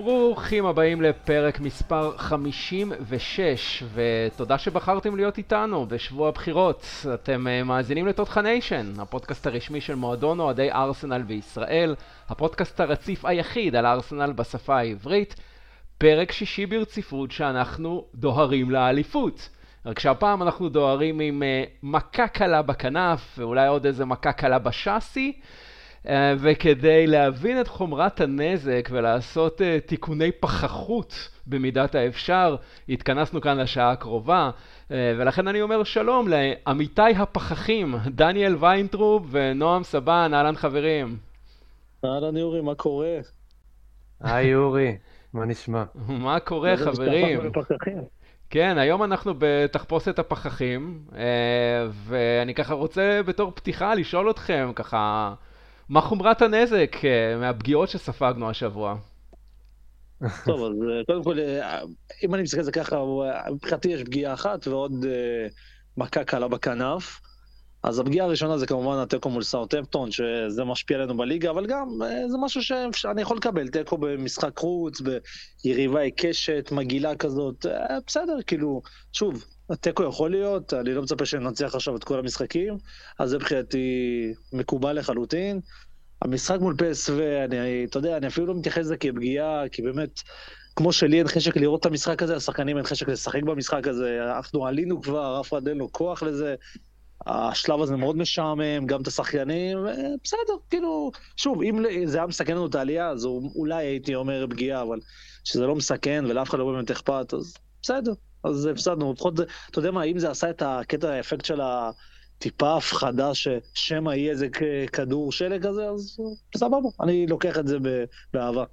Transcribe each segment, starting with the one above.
ברוכים הבאים לפרק מספר 56, ותודה שבחרתם להיות איתנו בשבוע הבחירות. אתם מאזינים לתותחה ניישן, הפודקאסט הרשמי של מועדון אוהדי ארסנל בישראל, הפודקאסט הרציף היחיד על ארסנל בשפה העברית, פרק שישי ברציפות שאנחנו דוהרים לאליפות. רק שהפעם אנחנו דוהרים עם מכה קלה בכנף, ואולי עוד איזה מכה קלה בשאסי, וכדי להבין את חומרת הנזק ולעשות תיקוני פחחות במידת האפשר, התכנסנו כאן לשעה הקרובה, ולכן אני אומר שלום לעמיתי הפחחים, דניאל ויינטרוב ונועם סבן. אהלן חברים. אהלן יורי, מה קורה? היי יורי, מה נשמע? מה קורה חברים? בפחחים. כן, היום אנחנו בתחפושת הפחחים, ואני ככה רוצה בתור פתיחה לשאול אתכם ככה, מה חומרת הנזק מהפגיעות שספגנו השבוע? טוב, אז קודם כל, אם אני מסתכל על זה ככה, מבחינתי יש פגיעה אחת ועוד מכה קלה בכנף. אז הפגיעה הראשונה זה כמובן התיקו מול סאות'המפטון, שזה משפיע עלינו בליגה, אבל גם זה משהו שאני יכול לקבל, תיקו במשחק חוץ, ביריבה עיקשת, מגעילה כזאת, בסדר, כאילו, שוב, התיקו יכול להיות, אני לא מצפה שננצח עכשיו את כל המשחקים, אז זה מבחינתי מקובל לחלוטין. המשחק מול PSV, אתה יודע, אני אפילו לא מתייחס לזה כפגיעה, כי באמת, כמו שלי אין חשק לראות את המשחק הזה, השחקנים אין חשק לשחק במשחק הזה, אנחנו עלינו כבר, אף אחד אין לו כוח לזה, השלב הזה מאוד משעמם, גם את השחקנים, בסדר, כאילו, שוב, אם זה היה מסכן לנו את העלייה, אז אולי הייתי אומר פגיעה, אבל שזה לא מסכן ולאף אחד לא באמת אכפת, אז בסדר, אז הפסדנו, לפחות זה, אתה יודע מה, אם זה עשה את הקטע האפקט של הטיפה הפחדה ששמה יהיה איזה כדור שלג הזה, אז סבבה, אני לוקח את זה באהבה.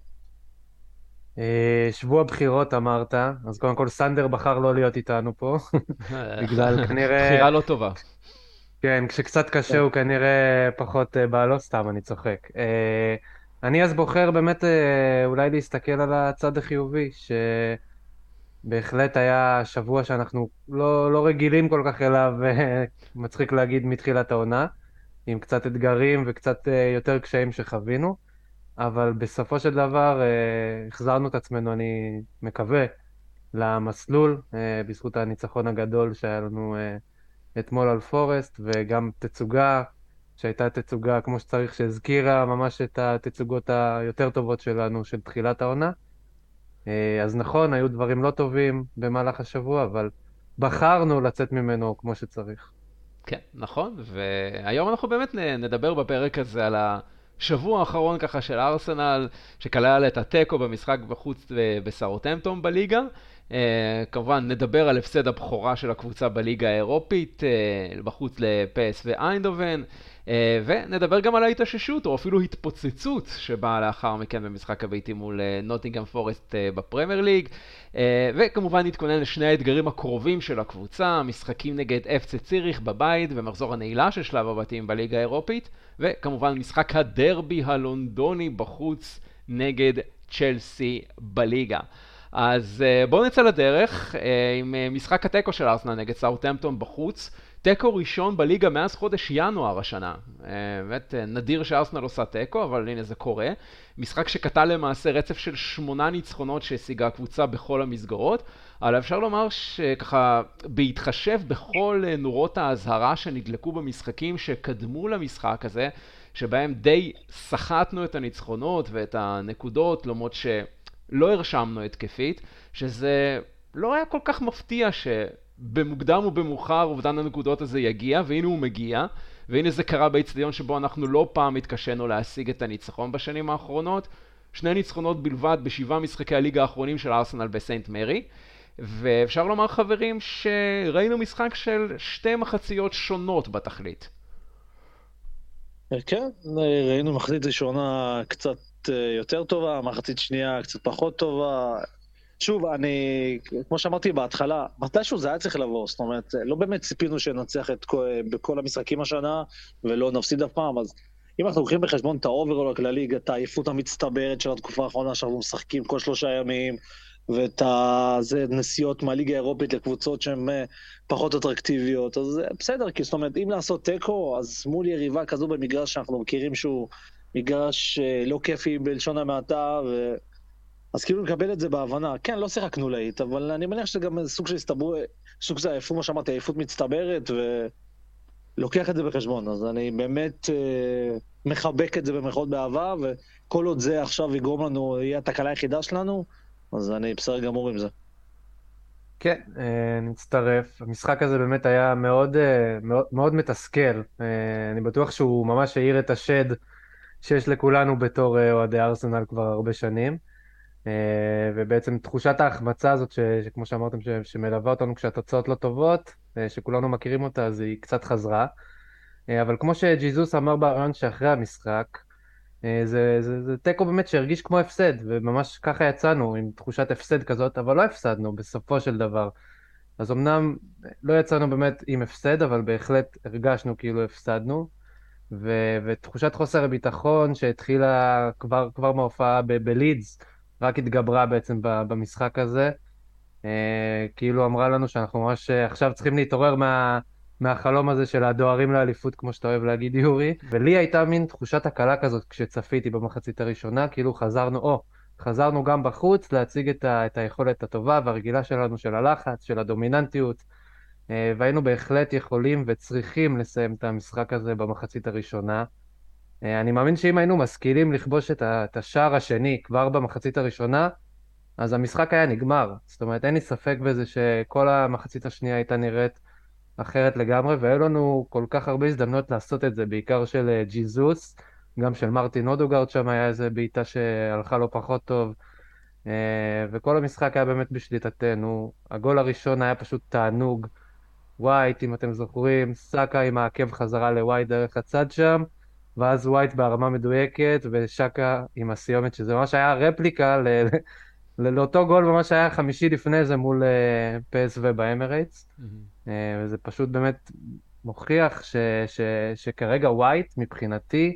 שבוע בחירות אמרת, אז קודם כל סנדר בחר לא להיות איתנו פה, בגלל כנראה... בחירה לא טובה. כן, כשקצת קשה הוא כנראה פחות בעלו, סתם, אני צוחק. אני אז בוחר באמת אולי להסתכל על הצד החיובי, שבהחלט היה שבוע שאנחנו לא רגילים כל כך אליו, מצחיק להגיד מתחילת העונה, עם קצת אתגרים וקצת יותר קשיים שחווינו, אבל בסופו של דבר החזרנו את עצמנו, אני מקווה, למסלול, בזכות הניצחון הגדול שהיה לנו אתמול על פורסט, וגם תצוגה, שהייתה תצוגה כמו שצריך, שהזכירה ממש את התצוגות היותר טובות שלנו של תחילת העונה. אז נכון, היו דברים לא טובים במהלך השבוע, אבל בחרנו לצאת ממנו כמו שצריך. כן, נכון, והיום אנחנו באמת נדבר בפרק הזה על השבוע האחרון ככה של ארסנל, שכלל את התיקו במשחק בחוץ בסאות'המפטון בליגה. כמובן נדבר על הפסד הבכורה של הקבוצה בליגה האירופית, בחוץ ל-PSV איינדהובן, ונדבר גם על ההתאוששות או אפילו התפוצצות שבאה לאחר מכן במשחק הביתי מול נוטינגהאם פורסט בפרמייר ליג, וכמובן נתכונן לשני האתגרים הקרובים של הקבוצה, משחקים נגד FC ציריך בבית ומחזור הנעילה של שלב הבתים בליגה האירופית, וכמובן משחק הדרבי הלונדוני בחוץ נגד צ'לסי בליגה. אז בואו נצא לדרך עם משחק התיקו של ארסנל נגד סאות'המפטון בחוץ. תיקו ראשון בליגה מאז חודש ינואר השנה. באמת נדיר שארסנל עושה תיקו, אבל הנה זה קורה. משחק שקטע למעשה רצף של 8 ניצחונות שהשיגה הקבוצה בכל המסגרות. אבל אפשר לומר שככה בהתחשב בכל נורות ההזהרה שנדלקו במשחקים שקדמו למשחק הזה, שבהם די שחטנו את הניצחונות ואת הנקודות, למרות לא הרשמנו התקפית, שזה לא היה כל כך מפתיע שבמוקדם ובמאוחר אובדן הנקודות הזה יגיע, והנה הוא מגיע, והנה זה קרה באצטדיון שבו אנחנו לא פעם התקשינו להשיג את הניצחון בשנים האחרונות, 2 ניצחונות בלבד ב7 משחקי הליגה האחרונים של ארסנל בסנט מרי, ואפשר לומר חברים שראינו משחק של 2 מחציות שונות בתכלית. כן, ראינו מחצית ראשונה קצת יותר טובה, מחצית שנייה קצת פחות טובה. שוב, כמו שאמרתי בהתחלה, מתישהו זה היה צריך לבוא, זאת אומרת, לא באמת ציפינו שנצח בכל המשחקים השנה, ולא נפסיד אף פעם, אז אם אנחנו לוקחים בחשבון את האוברול הכללי, את העייפות המצטברת של התקופה האחרונה, שאנחנו משחקים כל 3 ימים, ואת הנסיעות מהליגה האירופית לקבוצות שהן פחות אטרקטיביות, אז בסדר, כי זאת אומרת, אם לעשות טקו, אז מול יריבה כזו במגרש שאנחנו מכירים שהוא מגרש לא כיפי בלשון המעטה, אז כאילו נקבל את זה בהבנה. כן, לא שיחקנו להיט, אבל אני מניח שזה גם סוג של הסתברות, סוג של עייפות, כמו שאמרתי, עייפות מצטברת, ולוקח את זה בחשבון. אז אני באמת מחבק את זה במרכאות באהבה, וכל עוד זה עכשיו יגרום לנו, יהיה התקלה היחידה שלנו, אז אני בסדר גמור עם זה. כן, אני מצטרף. המשחק הזה באמת היה מאוד, מאוד, מאוד מתסכל. אני בטוח שהוא ממש העיר את השד שיש לכולנו בתור אוהדי ארסנל כבר הרבה שנים. ובעצם תחושת ההחמצה הזאת, שכמו שאמרתם, שמלווה אותנו כשהתוצאות לא טובות, שכולנו מכירים אותה, אז היא קצת חזרה. אבל כמו שג'יזוס אמר ברעיון שאחרי המשחק, זה תיקו באמת שהרגיש כמו הפסד, וממש ככה יצאנו עם תחושת הפסד כזאת, אבל לא הפסדנו בסופו של דבר. אז אמנם לא יצאנו באמת עם הפסד, אבל בהחלט הרגשנו כאילו הפסדנו, ותחושת חוסר הביטחון שהתחילה כבר מההופעה בלידס, רק התגברה בעצם במשחק הזה. כאילו אמרה לנו שאנחנו ממש עכשיו צריכים להתעורר מהחלום הזה של הדוהרים לאליפות, כמו שאתה אוהב להגיד, יורי. ולי הייתה מין תחושת הקלה כזאת כשצפיתי במחצית הראשונה, כאילו חזרנו גם בחוץ להציג את היכולת הטובה והרגילה שלנו, של הלחץ, של הדומיננטיות, והיינו בהחלט יכולים וצריכים לסיים את המשחק הזה במחצית הראשונה. אני מאמין שאם היינו משכילים לכבוש את השער השני כבר במחצית הראשונה, אז המשחק היה נגמר. זאת אומרת, אין לי ספק בזה שכל המחצית השנייה הייתה נראית אחרת לגמרי, והיו לנו כל כך הרבה הזדמנויות לעשות את זה, בעיקר של ג'יזוס, גם של מרטין אודוגארד שם היה איזה בעיטה שהלכה לו פחות טוב, וכל המשחק היה באמת בשליטתנו. הגול הראשון היה פשוט תענוג. ווייט, אם אתם זוכרים, סאקה עם העקב חזרה לווייט דרך הצד שם, ואז ווייט בהרמה מדויקת, ושקה עם הסיומת, שזה ממש היה רפליקה לאותו גול ממש היה חמישי לפני זה מול PSV באמרייטס. וזה פשוט באמת מוכיח שכרגע ווייט מבחינתי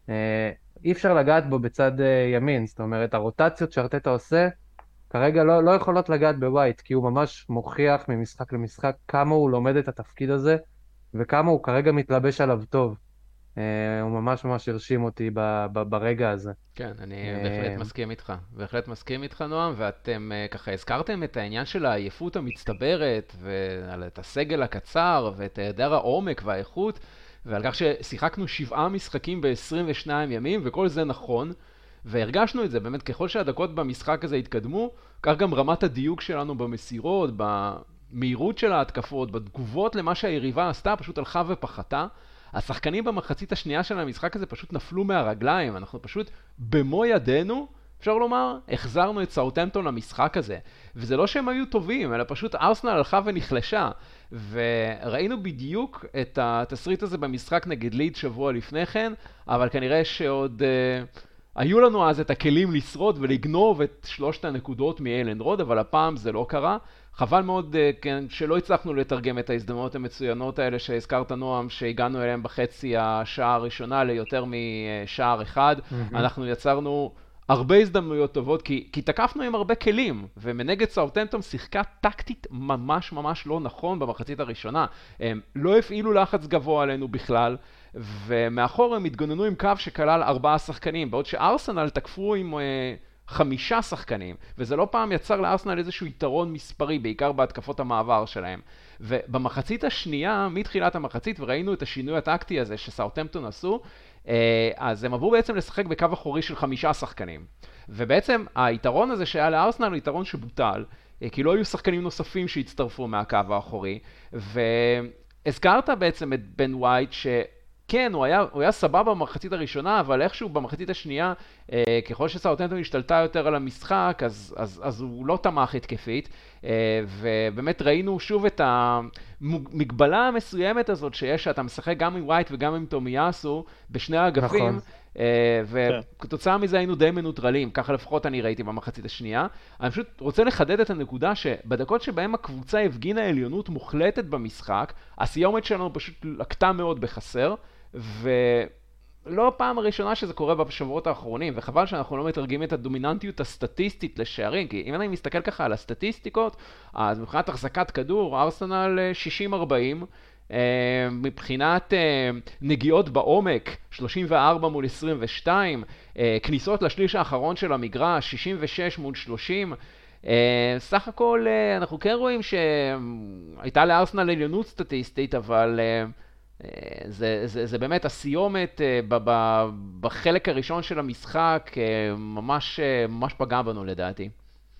אי אפשר לגעת בו בצד ימין. זאת אומרת, הרוטציות שארטטה עושה כרגע לא יכולות לגעת בווייט, כי הוא ממש מוכיח ממשחק למשחק כמה הוא לומד את התפקיד הזה וכמה הוא כרגע מתלבש עליו טוב. הוא ממש ממש הרשים אותי ברגע הזה. כן, אני בהחלט מסכים איתך. בהחלט מסכים איתך, נועם, ואתם ככה הזכרתם את העניין של העייפות המצטברת, ואת הסגל הקצר, ואת היעדר העומק והאיכות, ועל כך ששיחקנו 7 משחקים ב-22 ימים, וכל זה נכון, והרגשנו את זה. באמת, ככל שהדקות במשחק הזה התקדמו, כך גם רמת הדיוק שלנו במסירות, במהירות של ההתקפות, בתגובות למה שהיריבה עשתה, פשוט הלכה ופחתה. השחקנים במחצית השנייה של המשחק הזה פשוט נפלו מהרגליים, אנחנו פשוט במו ידינו, אפשר לומר, החזרנו את סאות'המפטון למשחק הזה. וזה לא שהם היו טובים, אלא פשוט ארסנל הלכה ונחלשה. וראינו בדיוק את התסריט הזה במשחק נגד ליד שבוע לפני כן, אבל כנראה שעוד היו לנו אז את הכלים לשרוד ולגנוב את 3 הנקודות מאלן רוד, אבל הפעם זה לא קרה. חבל מאוד כן, שלא הצלחנו לתרגם את ההזדמנות המצוינות האלה שהזכרת, נועם, שהגענו אליהם בחצי השעה הראשונה ליותר משער אחד. אנחנו יצרנו הרבה הזדמנויות טובות, כי תקפנו עם הרבה כלים, ומנגד סאות'המפטון שיחקה טקטית ממש ממש לא נכון במחצית הראשונה. הם לא הפעילו לחץ גבוה עלינו בכלל, ומאחור הם התגוננו עם קו שכלל 4 שחקנים, בעוד שארסנל תקפו עם 5 שחקנים, וזה לא פעם יצר לארסנל איזשהו יתרון מספרי, בעיקר בהתקפות המעבר שלהם. ובמחצית השנייה, מתחילת המחצית, וראינו את השינוי הטקטי הזה שסאות'המפטון עשו, אז הם עברו בעצם לשחק בקו אחורי של 5 שחקנים. ובעצם היתרון הזה שהיה לארסנל הוא יתרון שבוטל, כי לא היו שחקנים נוספים שהצטרפו מהקו האחורי, והזכרת בעצם את בן ווייט כן, הוא היה סבבה במחצית הראשונה, אבל איכשהו במחצית השנייה, ככל שסאות'המפטון השתלטה יותר על המשחק, אז הוא לא תמך התקפית, ובאמת ראינו שוב את המגבלה המסוימת הזאת שיש, שאתה משחק גם עם ווייט וגם עם תומיאסו, בשני האגפים, נכון. וכתוצאה מזה היינו די מנוטרלים, ככה לפחות אני ראיתי במחצית השנייה. אני פשוט רוצה לחדד את הנקודה שבדקות שבהם הקבוצה הפגינה עליונות מוחלטת במשחק, הסיומת שלנו פשוט לקטה מאוד בחסר, ולא הפעם הראשונה שזה קורה בשבועות האחרונים, וחבל שאנחנו לא מתרגמים את הדומיננטיות הסטטיסטית לשערים, כי אם אני מסתכל ככה על הסטטיסטיקות, אז מבחינת החזקת כדור, ארסנל 60-40, מבחינת נגיעות בעומק, 34 מול 22, כניסות לשליש האחרון של המגרש, 66 מול 30, סך הכל אנחנו כן רואים שהייתה לארסנל עליונות סטטיסטית, אבל זה באמת הסיומת בחלק הראשון של המשחק, ממש פגע בנו לדעתי.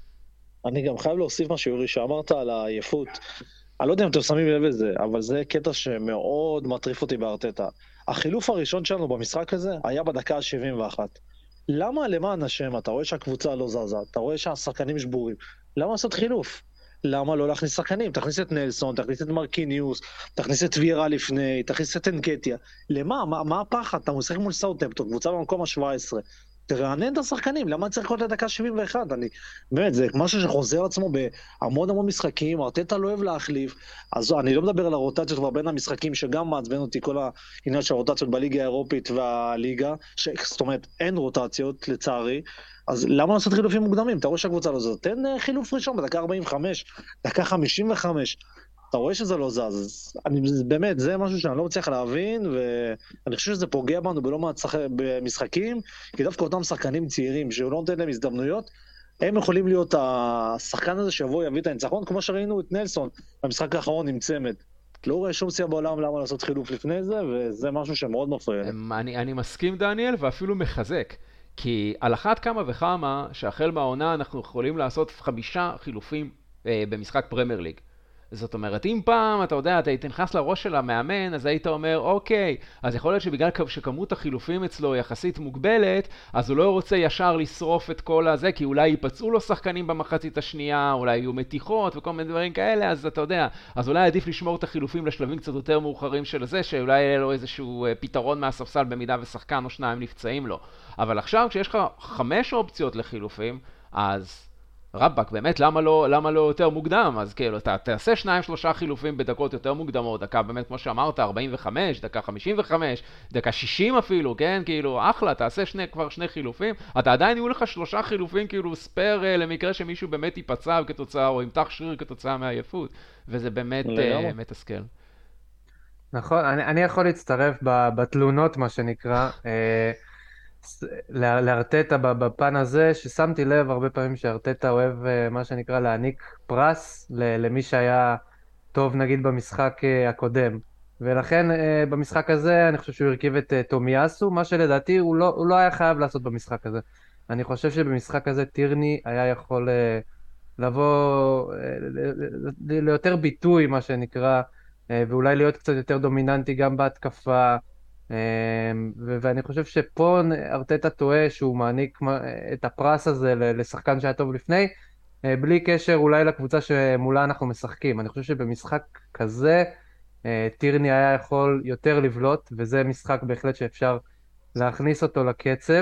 אני גם חייב להוסיף משהו, יורי, שאמרת על העייפות. אני לא יודע אם אתם שמים לב לזה, אבל זה קטע שמאוד מטריף אותי בארטטה. החילוף הראשון שלנו במשחק הזה היה בדקה ה-71. למה למען השם, אתה רואה שהקבוצה לא זזה, אתה רואה שהשחקנים שבורים, למה לעשות חילוף? למה לא להכניס שחקנים? תכניס את נלסון, תכניס את מרקיניוס, תכניס את ויירה לפני, תכניס את אנקטיה. למה? מה הפחד? אתה משחק מול סאוטהמפטון, קבוצה במקום ה-17. תרענן את השחקנים, למה צריך לקרות לדקה 71? באמת, זה משהו שחוזר עצמו בהמון משחקים, ארטטה לא אוהב להחליף, אז אני לא מדבר על הרוטציות כבר בין המשחקים, שגם מעצבן אותי כל העניין של הרוטציות בליגה האירופית והליגה, זאת אומרת, אין רוטציות לצערי, אז למה לעשות חילופים מוקדמים? אתה רואה שהקבוצה לא זאת, תן חילוף ראשון בדקה 45, דקה 55, אתה רואה שזה לא זז, באמת, זה משהו שאני לא מצליח להבין, ואני חושב שזה פוגע בנו בלא מעט במשחקים, כי דווקא אותם שחקנים צעירים, שהוא לא נותן להם הזדמנויות, הם יכולים להיות השחקן הזה שיבוא יביא את הניצחון, כמו שראינו את נלסון במשחק האחרון עם צמד. לא רואה שום סיבה בעולם למה לעשות חילוף לפני זה, וזה משהו שמאוד מפריע. אני מסכים, דניאל, ואפילו מחזק. כי על אחת כמה וכמה, שהחל מהעונה אנחנו יכולים לעשות 5 חילופים במשחק פרמייר ליג. זאת אומרת, אם פעם, אתה יודע, אתה היית נכנס לראש של המאמן, אז היית אומר, אוקיי, אז יכול להיות שבגלל שכמות החילופים אצלו יחסית מוגבלת, אז הוא לא רוצה ישר לשרוף את כל הזה, כי אולי ייפצעו לו שחקנים במחצית השנייה, אולי יהיו מתיחות וכל מיני דברים כאלה, אז אתה יודע, אז אולי עדיף לשמור את החילופים לשלבים קצת יותר מאוחרים של זה, שאולי יהיה לו איזשהו פתרון מהספסל במידה ושחקן או שניים נפצעים לו. אבל עכשיו, כשיש לך 5 אופציות לחילופים, אז רבק, באמת, למה לא יותר מוקדם? אז כאילו, אתה תעשה 2-3 חילופים בדקות יותר מוקדמות, דקה באמת, כמו שאמרת, 45, דקה 55, דקה 60 אפילו, כן? כאילו, אחלה, תעשה כבר 2 חילופים, אתה עדיין יהיו לך 3 חילופים, כאילו, ספר למקרה שמישהו באמת ייפצע כתוצאה, או ימתח שריר כתוצאה מעייפות, וזה באמת מתסכל. נכון, אני יכול להצטרף בתלונות, מה שנקרא, לארטטה בפן הזה, ששמתי לב הרבה פעמים שארטטה אוהב מה שנקרא להעניק פרס למי שהיה טוב נגיד במשחק הקודם, ולכן במשחק הזה אני חושב שהוא הרכיב את תומיאסו, מה שלדעתי הוא לא היה חייב לעשות במשחק הזה. אני חושב שבמשחק הזה טירני היה יכול לבוא ליותר ביטוי, מה שנקרא, ואולי להיות קצת יותר דומיננטי גם בהתקפה, ואני חושב שפה ארטטה טועה שהוא מעניק את הפרס הזה לשחקן שהיה טוב לפני, בלי קשר אולי לקבוצה שמולה אנחנו משחקים. אני חושב שבמשחק כזה טירני היה יכול יותר לבלוט, וזה משחק בהחלט שאפשר להכניס אותו לקצב.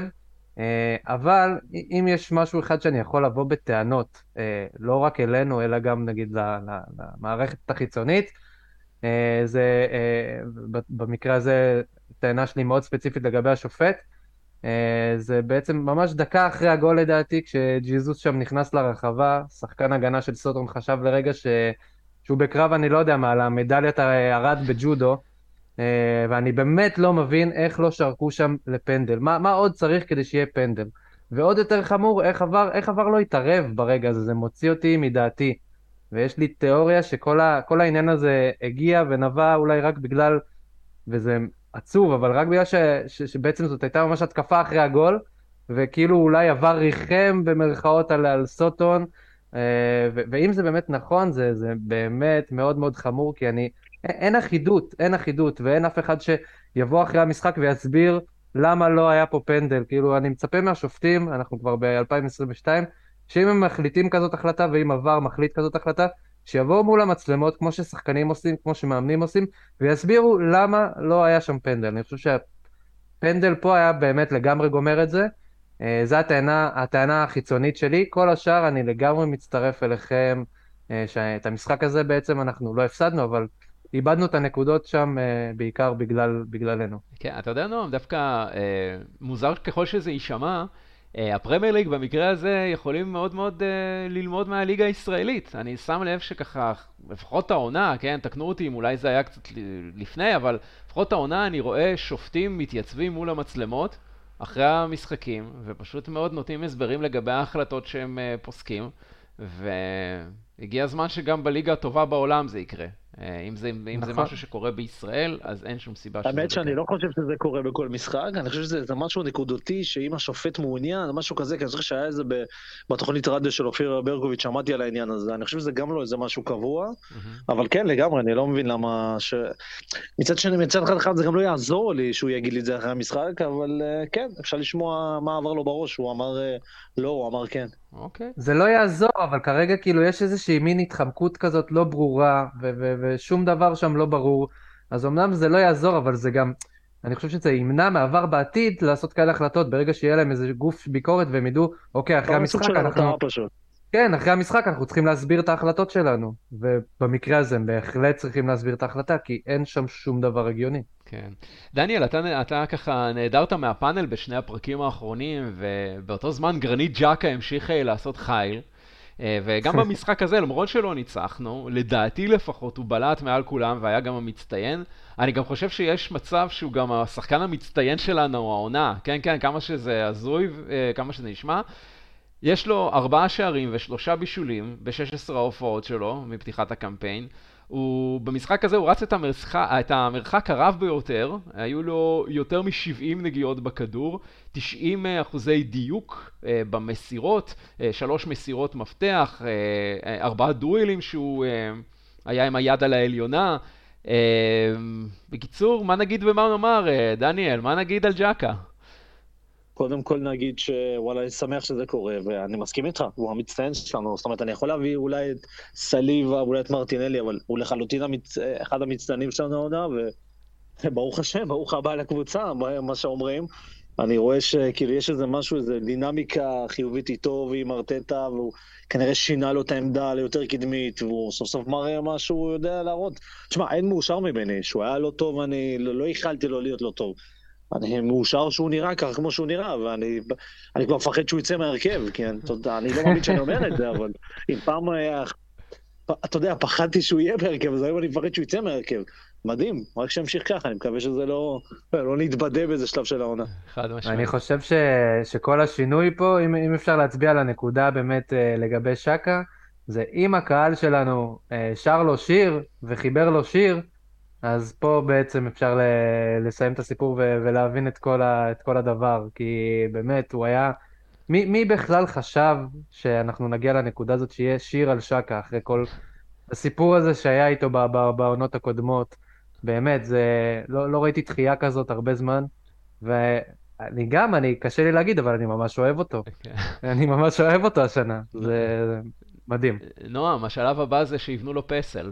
אבל אם יש משהו אחד שאני יכול לבוא בטענות, לא רק אלינו אלא גם נגיד למערכת החיצונית, זה במקרה הזה טענה שלי מאוד ספציפית לגבי השופט, זה בעצם ממש דקה אחרי הגול לדעתי, כשג'יזוס שם נכנס לרחבה, שחקן הגנה של סוטון חשב לרגע שהוא בקרב, אני לא יודע מה, על המדליית הרד בג'ודו, ואני באמת לא מבין איך לא שרקו שם לפנדל, מה עוד צריך כדי שיהיה פנדל, ועוד יותר חמור, איך עבר לא התערב ברגע הזה, זה מוציא אותי מדעתי, ויש לי תיאוריה שכל העניין הזה הגיע ונבע אולי רק בגלל, וזה עצוב, אבל רק בגלל שבעצם זאת הייתה ממש התקפה אחרי הגול, וכאילו אולי עבר ריחם במרכאות על סוטון, ואם זה באמת נכון, זה באמת מאוד מאוד חמור, כי אין אחידות, ואין אף אחד שיבוא אחרי המשחק ויסביר למה לא היה פה פנדל. כאילו אני מצפה מהשופטים, אנחנו כבר ב-2022, שאם הם מחליטים כזאת החלטה, ואם עבר מחליט כזאת החלטה, שיבואו מול המצלמות, כמו ששחקנים עושים, כמו שמאמנים עושים, ויסבירו למה לא היה שם פנדל. אני חושב שהפנדל פה היה באמת לגמרי גומר את זה. זו הטענה החיצונית שלי. כל השאר אני לגמרי מצטרף אליכם, שאת המשחק הזה בעצם אנחנו לא הפסדנו, אבל איבדנו את הנקודות שם בעיקר בגללנו. כן, אתה יודע נועם, דווקא מוזר ככל שזה יישמע, הפרמייר ליג במקרה הזה יכולים מאוד מאוד ללמוד מהליגה הישראלית. אני שם לב שככה, לפחות העונה, כן, תקנו אותי אם אולי זה היה קצת לפני, אבל לפחות העונה אני רואה שופטים מתייצבים מול המצלמות אחרי המשחקים, ופשוט מאוד נותנים הסברים לגבי ההחלטות שהם פוסקים, והגיע הזמן שגם בליגה הטובה בעולם זה יקרה. אם זה משהו שקורה בישראל, אז אין שום סיבה שזה האמת שאני יקרה. לא חושב שזה קורה בכל משחק, אני חושב שזה משהו נקודתי, שאם השופט מעוניין, משהו כזה, כי אני חושב שהיה איזה בתוכנית רדיו של אופיר ברקוביץ', שמעתי על העניין הזה, אני חושב שזה גם לא איזה משהו קבוע, אבל כן, לגמרי, אני לא מבין למה מצד שני, מצד אחד זה גם לא יעזור לי שהוא יגיד לי את זה אחרי המשחק, אבל כן, אפשר לשמוע מה עבר לו בראש, הוא אמר לא, הוא אמר כן. אוקיי. זה לא יעזור, אבל כרגע כאילו יש איזושהי מין התחמקות כזאת לא ברורה, ושום דבר שם לא ברור. אז אמנם זה לא יעזור, אבל זה גם, אני חושב שזה ימנע מעבר בעתיד לעשות כאלה החלטות, ברגע שיהיה להם איזה גוף ביקורת והם ידעו, אוקיי, אחרי לא, סוג המשחק של אנחנו... הרתעה פשוט. כן, אחרי המשחק אנחנו צריכים להסביר את ההחלטות שלנו. ובמקרה הזה הם בהחלט צריכים להסביר את ההחלטה, כי אין שם שום דבר הגיוני. כן. דניאל, אתה ככה נהדרת מהפאנל בשני הפרקים האחרונים, ובאותו זמן גרנית ג'קה המשיך לעשות חייל, וגם במשחק הזה, למרות שלא ניצחנו, לדעתי לפחות הוא בלט מעל כולם והיה גם המצטיין. אני גם חושב שיש מצב שהוא גם השחקן המצטיין שלנו, העונה. כן, כן, כמה שזה הזוי, כמה שזה נשמע. יש לו 4 שערים ו3 בישולים ב-16 ההופעות שלו מפתיחת הקמפיין. במשחק הזה הוא רץ את המרחק הרב ביותר, היו לו יותר מ-70 נגיעות בכדור, 90% דיוק במסירות, 3 מסירות מפתח, 4 דואלים שהוא היה עם היד על העליונה. בקיצור, מה נגיד ומה נאמר, דניאל, מה נגיד על ג'קה? קודם כל נגיד שוואלה, אני שמח שזה קורה, ואני מסכים איתך, הוא המצטיין שלנו, זאת אומרת, אני יכול להביא אולי את סליבה, אולי את מרטינלי, אבל הוא לחלוטין אחד המצטיינים שלנו העונה, וברוך השם, ברוך הבא לקבוצה, מה שאומרים. אני רואה שכאילו יש איזה משהו, איזה דינמיקה חיובית איתו ועם ארטטה, והוא כנראה שינה לו את העמדה ליותר קדמית, והוא סוף סוף מראה מה שהוא יודע להראות. תשמע, אין מאושר מבני, שהוא היה לא טוב, אני לא איחלתי לו להיות לא טוב. אני מאושר שהוא נראה כך כמו שהוא נראה, ואני כבר מפחד שהוא יצא מהרכב, כי אני לא מאמין שאני אומר את זה, אבל אם פעם היה, אתה יודע, פחדתי שהוא יהיה בהרכב, אז היום אני מפחד שהוא יצא מהרכב. מדהים, רק שימשיך ככה, אני מקווה שזה לא נתבדה באיזה שלב של העונה. אני חושב שכל השינוי פה, אם אפשר להצביע על הנקודה באמת לגבי שקה, זה אם הקהל שלנו שר לו שיר וחיבר לו שיר, אז פה בעצם אפשר לסיים את הסיפור ולהבין את כל הדבר, כי באמת הוא היה... מי בכלל חשב שאנחנו נגיע לנקודה הזאת שיהיה שיר על שקה אחרי כל הסיפור הזה שהיה איתו בעונות הקודמות? באמת, לא ראיתי דחייה כזאת הרבה זמן, קשה לי להגיד, אבל אני ממש אוהב אותו. אני ממש אוהב אותו השנה, זה מדהים. נועם, השלב הבא זה שיבנו לו פסל.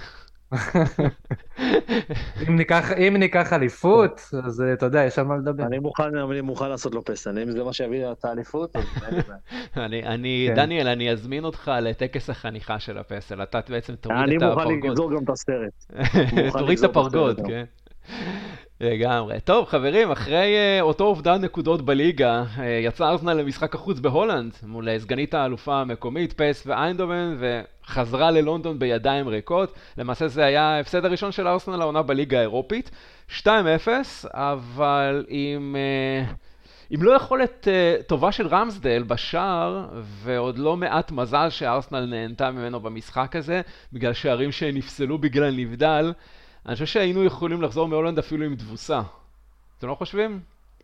אם ניקח אליפות, אז אתה יודע, יש על מה לדבר. אני מוכן לעשות לו פסל, אם זה מה שיביא את האליפות, אז דניאל, אני אזמין אותך לטקס החניכה של הפסל, אתה בעצם תוריד את הפרגוד. הפרגוד. אני מוכן לגזור גם את הסרט. תוריד את הפרגוד, כן. לגמרי. טוב, חברים, אחרי אותו אובדן נקודות בליגה, יצא ארסנל למשחק החוץ בהולנד, מול סגנית האלופה המקומית, פס ואיינדובן, וחזרה ללונדון בידיים ריקות. למעשה זה היה ההפסד הראשון של ארסנל לעונה בליגה האירופית. 2-0, אבל עם לא יכולת טובה של רמסדל בשער, ועוד לא מעט מזל שארסנל נהנתה ממנו במשחק הזה, בגלל שערים שנפסלו בגלל נבדל. אני חושב שהיינו יכולים לחזור מהולנד אפילו עם תבוסה. אתם לא חושבים?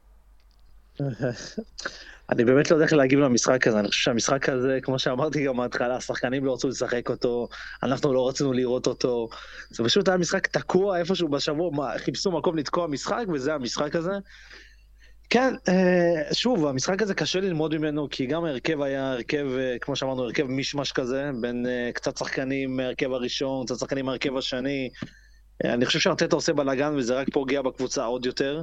אני באמת לא יודע איך להגיב למשחק הזה. אני חושב שהמשחק הזה, כמו שאמרתי גם מההתחלה, השחקנים לא רצו לשחק אותו, אנחנו לא רצינו לראות אותו. זה פשוט היה משחק תקוע איפשהו בשבוע, חיפשו מקום לתקוע משחק, וזה המשחק הזה. כן, שוב, המשחק הזה קשה ללמוד ממנו, כי גם ההרכב היה הרכב, כמו שאמרנו, הרכב מישמש כזה, בין קצת שחקנים מהרכב הראשון, קצת שחקנים מהרכב השני. אני חושב שארטטה עושה בלגן, וזה רק פוגע בקבוצה עוד יותר.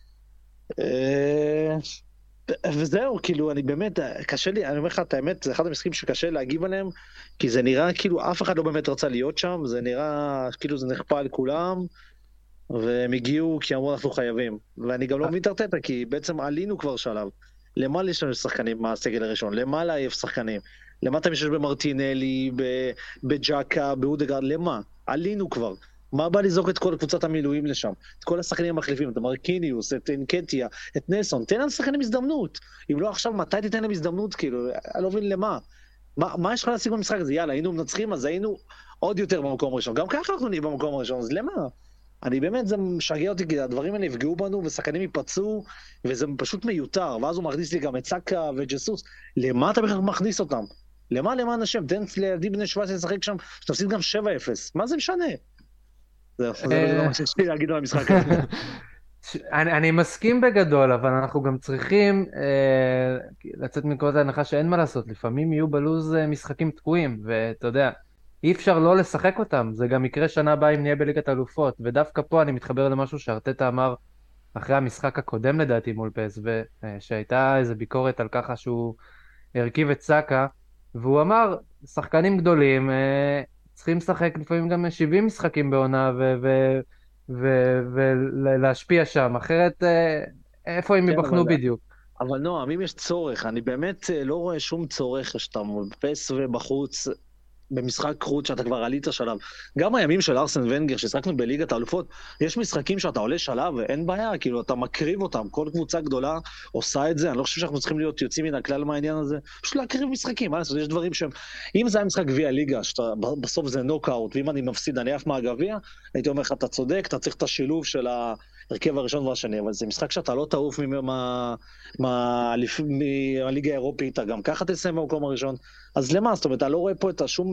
וזהו, כאילו, אני באמת, קשה לי, אני אומר לך את האמת, זה אחד המשחקים שקשה להגיב עליהם, כי זה נראה כאילו אף אחד לא באמת רצה להיות שם, זה נראה כאילו זה נכפה על כולם, והם הגיעו כי אמרו אנחנו חייבים. ואני גם לא מבין את ארטטה, כי בעצם עלינו כבר שלב. למה להשתמש שחקנים מהסגל הראשון? למה להעיף שחקנים? למה אתה משתמש במרטינלי, בג'קה, באודגרד? למה? עלינו כבר. מה בא לזרוק את כל קבוצת המילואים לשם? את כל השחקנים המחליפים, את מרקיניוס, את אנקטיה, את נלסון, תן להם שחקנים הזדמנות. אם לא עכשיו, מתי תיתן להם הזדמנות? כאילו, אני לא מבין למה. מה יש לך להשיג במשחק הזה? יאללה, היינו מנצחים, אז היינו עוד יותר במקום הראשון. גם ככה אנחנו נהיה במקום הראשון, אז למה? אני באמת, זה משגע אותי, כי הדברים האלה יפגעו בנו, ושחקנים ייפצעו, וזה פשוט מיותר. ואז הוא מכניס לי גם את סאקה וג'סוס. למה אתה בכלל מכניס אותם? למה השם? תן לילדים בני 17 לשחק שם, שתפסיד גם 7-0. מה זה משנה? זה לא מה שיש לי להגיד על המשחק הזה. אני מסכים בגדול, אבל אנחנו גם צריכים לצאת מנקודת ההנחה שאין מה לעשות. לפעמים יהיו בלוז משחקים תקועים, ואתה יודע, אי אפשר לא לשחק אותם. זה גם יקרה שנה הבאה אם נהיה בליגת האלופות. ודווקא פה אני מתחבר למשהו שארטטה אמר אחרי המשחק הקודם לדעתי מול PSV, שהייתה איזו ביקורת על ככה שהוא הרכיב את סאקה, והוא אמר, שחקנים גדולים צריכים לשחק לפעמים גם 70 משחקים בעונה ולהשפיע שם, אחרת איפה הם יבחנו בדיוק? אבל נועם, אם יש צורך, אני באמת לא רואה שום צורך שאתה מודפס ובחוץ, במשחק חוץ שאתה כבר עלית שלב. גם הימים של ארסן ונגר, ששחקנו בליגת האלופות, יש משחקים שאתה עולה שלב ואין בעיה, כאילו אתה מקריב אותם, כל קבוצה גדולה עושה את זה, אני לא חושב שאנחנו צריכים להיות יוצאים מן הכלל מהעניין הזה, פשוט להקריב משחקים, מה לעשות, יש דברים שהם, אם זה היה משחק גביע ליגה, בסוף זה נוקאוט, ואם אני מפסיד, אני עף מהגביע, הייתי אומר לך, אתה צודק, אתה צריך את השילוב של ההרכב הראשון והשני, אבל זה משחק שאתה לא תעוף מהליגה האירופית, גם ככה תסיים במקום הראשון. אז למה? זאת אומרת, אתה לא רואה פה את השום,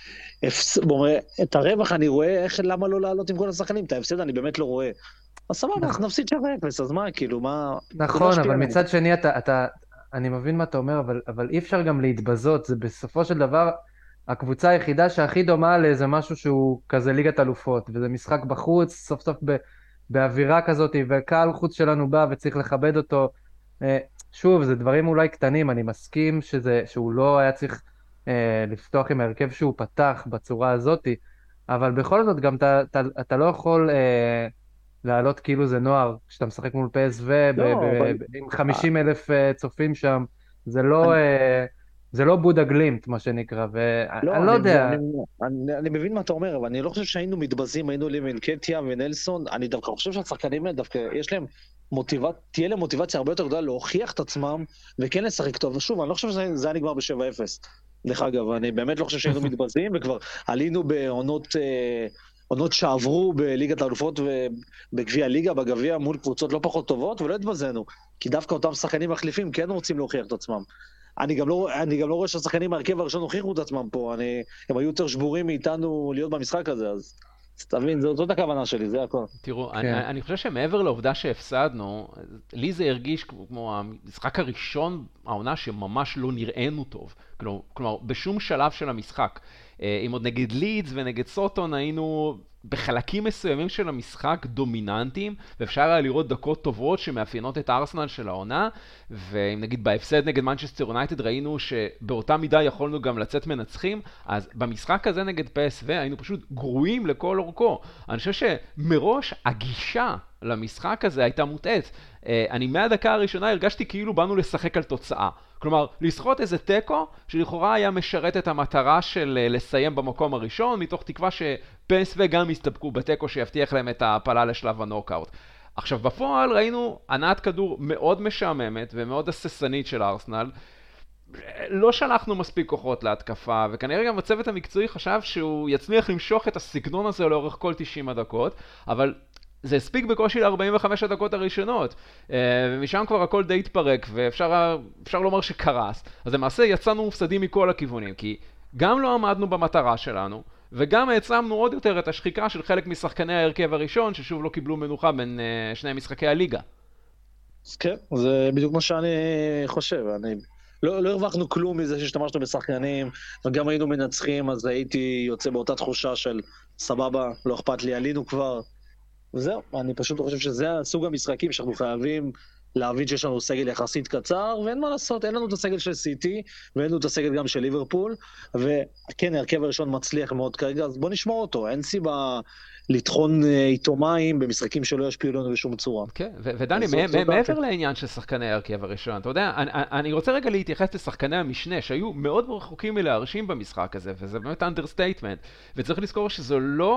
את הרווח אני רואה, למה לא לעלות עם כל השחקנים? את ההפסד אני באמת לא רואה. אז סבבה, אז נפסיד 7-0, אז מה, כאילו, מה... נכון, אבל מצד שני, אני מבין מה אתה אומר, אבל אי אפשר גם להתבזות, זה בסופו של דבר, הקבוצה היחידה שהכי דומה לאיזה משהו שהוא כזה ליגת אלופות, וזה משחק בחוץ, סוף סוף באווירה כזאת, וקהל חוץ שלנו בא וצריך לכבד אותו. שוב, זה דברים אולי קטנים, אני מסכים שהוא לא היה צריך לפתוח עם ההרכב שהוא פתח בצורה הזאת, אבל בכל זאת גם אתה לא יכול לעלות כאילו זה נוער, כשאתה משחק מול PSV עם 50,000 צופים שם, זה לא בודה גלימט, מה שנקרא, ואני לא יודע. אני מבין מה אתה אומר, אבל אני לא חושב שהיינו מתבזים, היינו למנקטיה ונלסון, אני דווקא חושב שהשחקנים האלה דווקא יש להם תהיה להם מוטיבציה הרבה יותר גדולה להוכיח את עצמם, וכן לשחק טוב, ושוב, אני לא חושב שזה היה נגמר ב-7-0, דרך אגב, אני באמת לא חושב שהיינו מתבזים, וכבר עלינו בעונות שעברו בליגת האלופות ובגביע הליגה, בגביע מול קבוצות לא פחות טובות, ולא התבזנו, כי דווקא אותם שחקנים מחליפים כן רוצים להוכיח את עצמם. אני גם לא רואה שהשחקנים מהרכב הראשון הוכיחו את עצמם פה, הם היו יותר שבורים מאיתנו להיות במשחק הזה, אז תבין, זאת הכוונה שלי, זה הכל. תראו, אני חושב שמעבר לעובדה שהפסדנו, לי זה הרגיש כמו המשחק הראשון, העונה שממש לא נראינו טוב. כלומר, בשום שלב של המשחק. אם עוד נגד לידס ונגד סוטון היינו בחלקים מסוימים של המשחק דומיננטיים, ואפשר היה לראות דקות טובות שמאפיינות את הארסנל של העונה, ואם נגיד בהפסד נגד מנצ'סטר יונייטד ראינו שבאותה מידה יכולנו גם לצאת מנצחים, אז במשחק הזה נגד PSV היינו פשוט גרועים לכל אורכו. אני חושב שמראש הגישה למשחק הזה הייתה מוטעת. אני מהדקה הראשונה הרגשתי כאילו באנו לשחק על תוצאה. כלומר, לשחות איזה טקו שלכאורה היה משרת את המטרה של לסיים במקום הראשון, מתוך תקווה שPSV גם יסתפקו בטקו שיבטיח להם את ההפלה לשלב הנוקאוט. עכשיו, בפועל ראינו הנעת כדור מאוד משעממת ומאוד הססנית של ארסנל. לא שלחנו מספיק כוחות להתקפה, וכנראה גם הצוות המקצועי חשב שהוא יצליח למשוך את הסגנון הזה לאורך כל 90 הדקות, אבל זה הספיק בקושי ל-45 הדקות הראשונות, ומשם כבר הכל די התפרק, ואפשר לומר שקרס. אז למעשה יצאנו מופסדים מכל הכיוונים, כי גם לא עמדנו במטרה שלנו, וגם העצמנו עוד יותר את השחיקה של חלק משחקני ההרכב הראשון, ששוב לא קיבלו מנוחה בין שני משחקי הליגה. כן, זה בדיוק מה שאני חושב. לא הרווחנו כלום מזה שהשתמשנו בשחקנים, וגם היינו מנצחים, אז הייתי יוצא באותה תחושה של סבבה, לא אכפת לי, עלינו כבר. וזהו, אני פשוט חושב שזה סוג המשחקים שאנחנו חייבים להבין שיש לנו סגל יחסית קצר, ואין מה לעשות, אין לנו את הסגל של סיטי, ואין לנו את הסגל גם של ליברפול, וכן, הרכב הראשון מצליח מאוד כרגע, אז בוא נשמור אותו, אין סיבה לטחון איתו מים במשחקים שלא ישפיעו לנו בשום צורה. כן, ודני, מעבר לעניין של שחקני ההרכב הראשון, אתה יודע, אני רוצה רגע להתייחס לשחקני המשנה, שהיו מאוד רחוקים מלהרשים במשחק הזה, וזה באמת אנדרסטייטמנט, וצריך לזכור שזו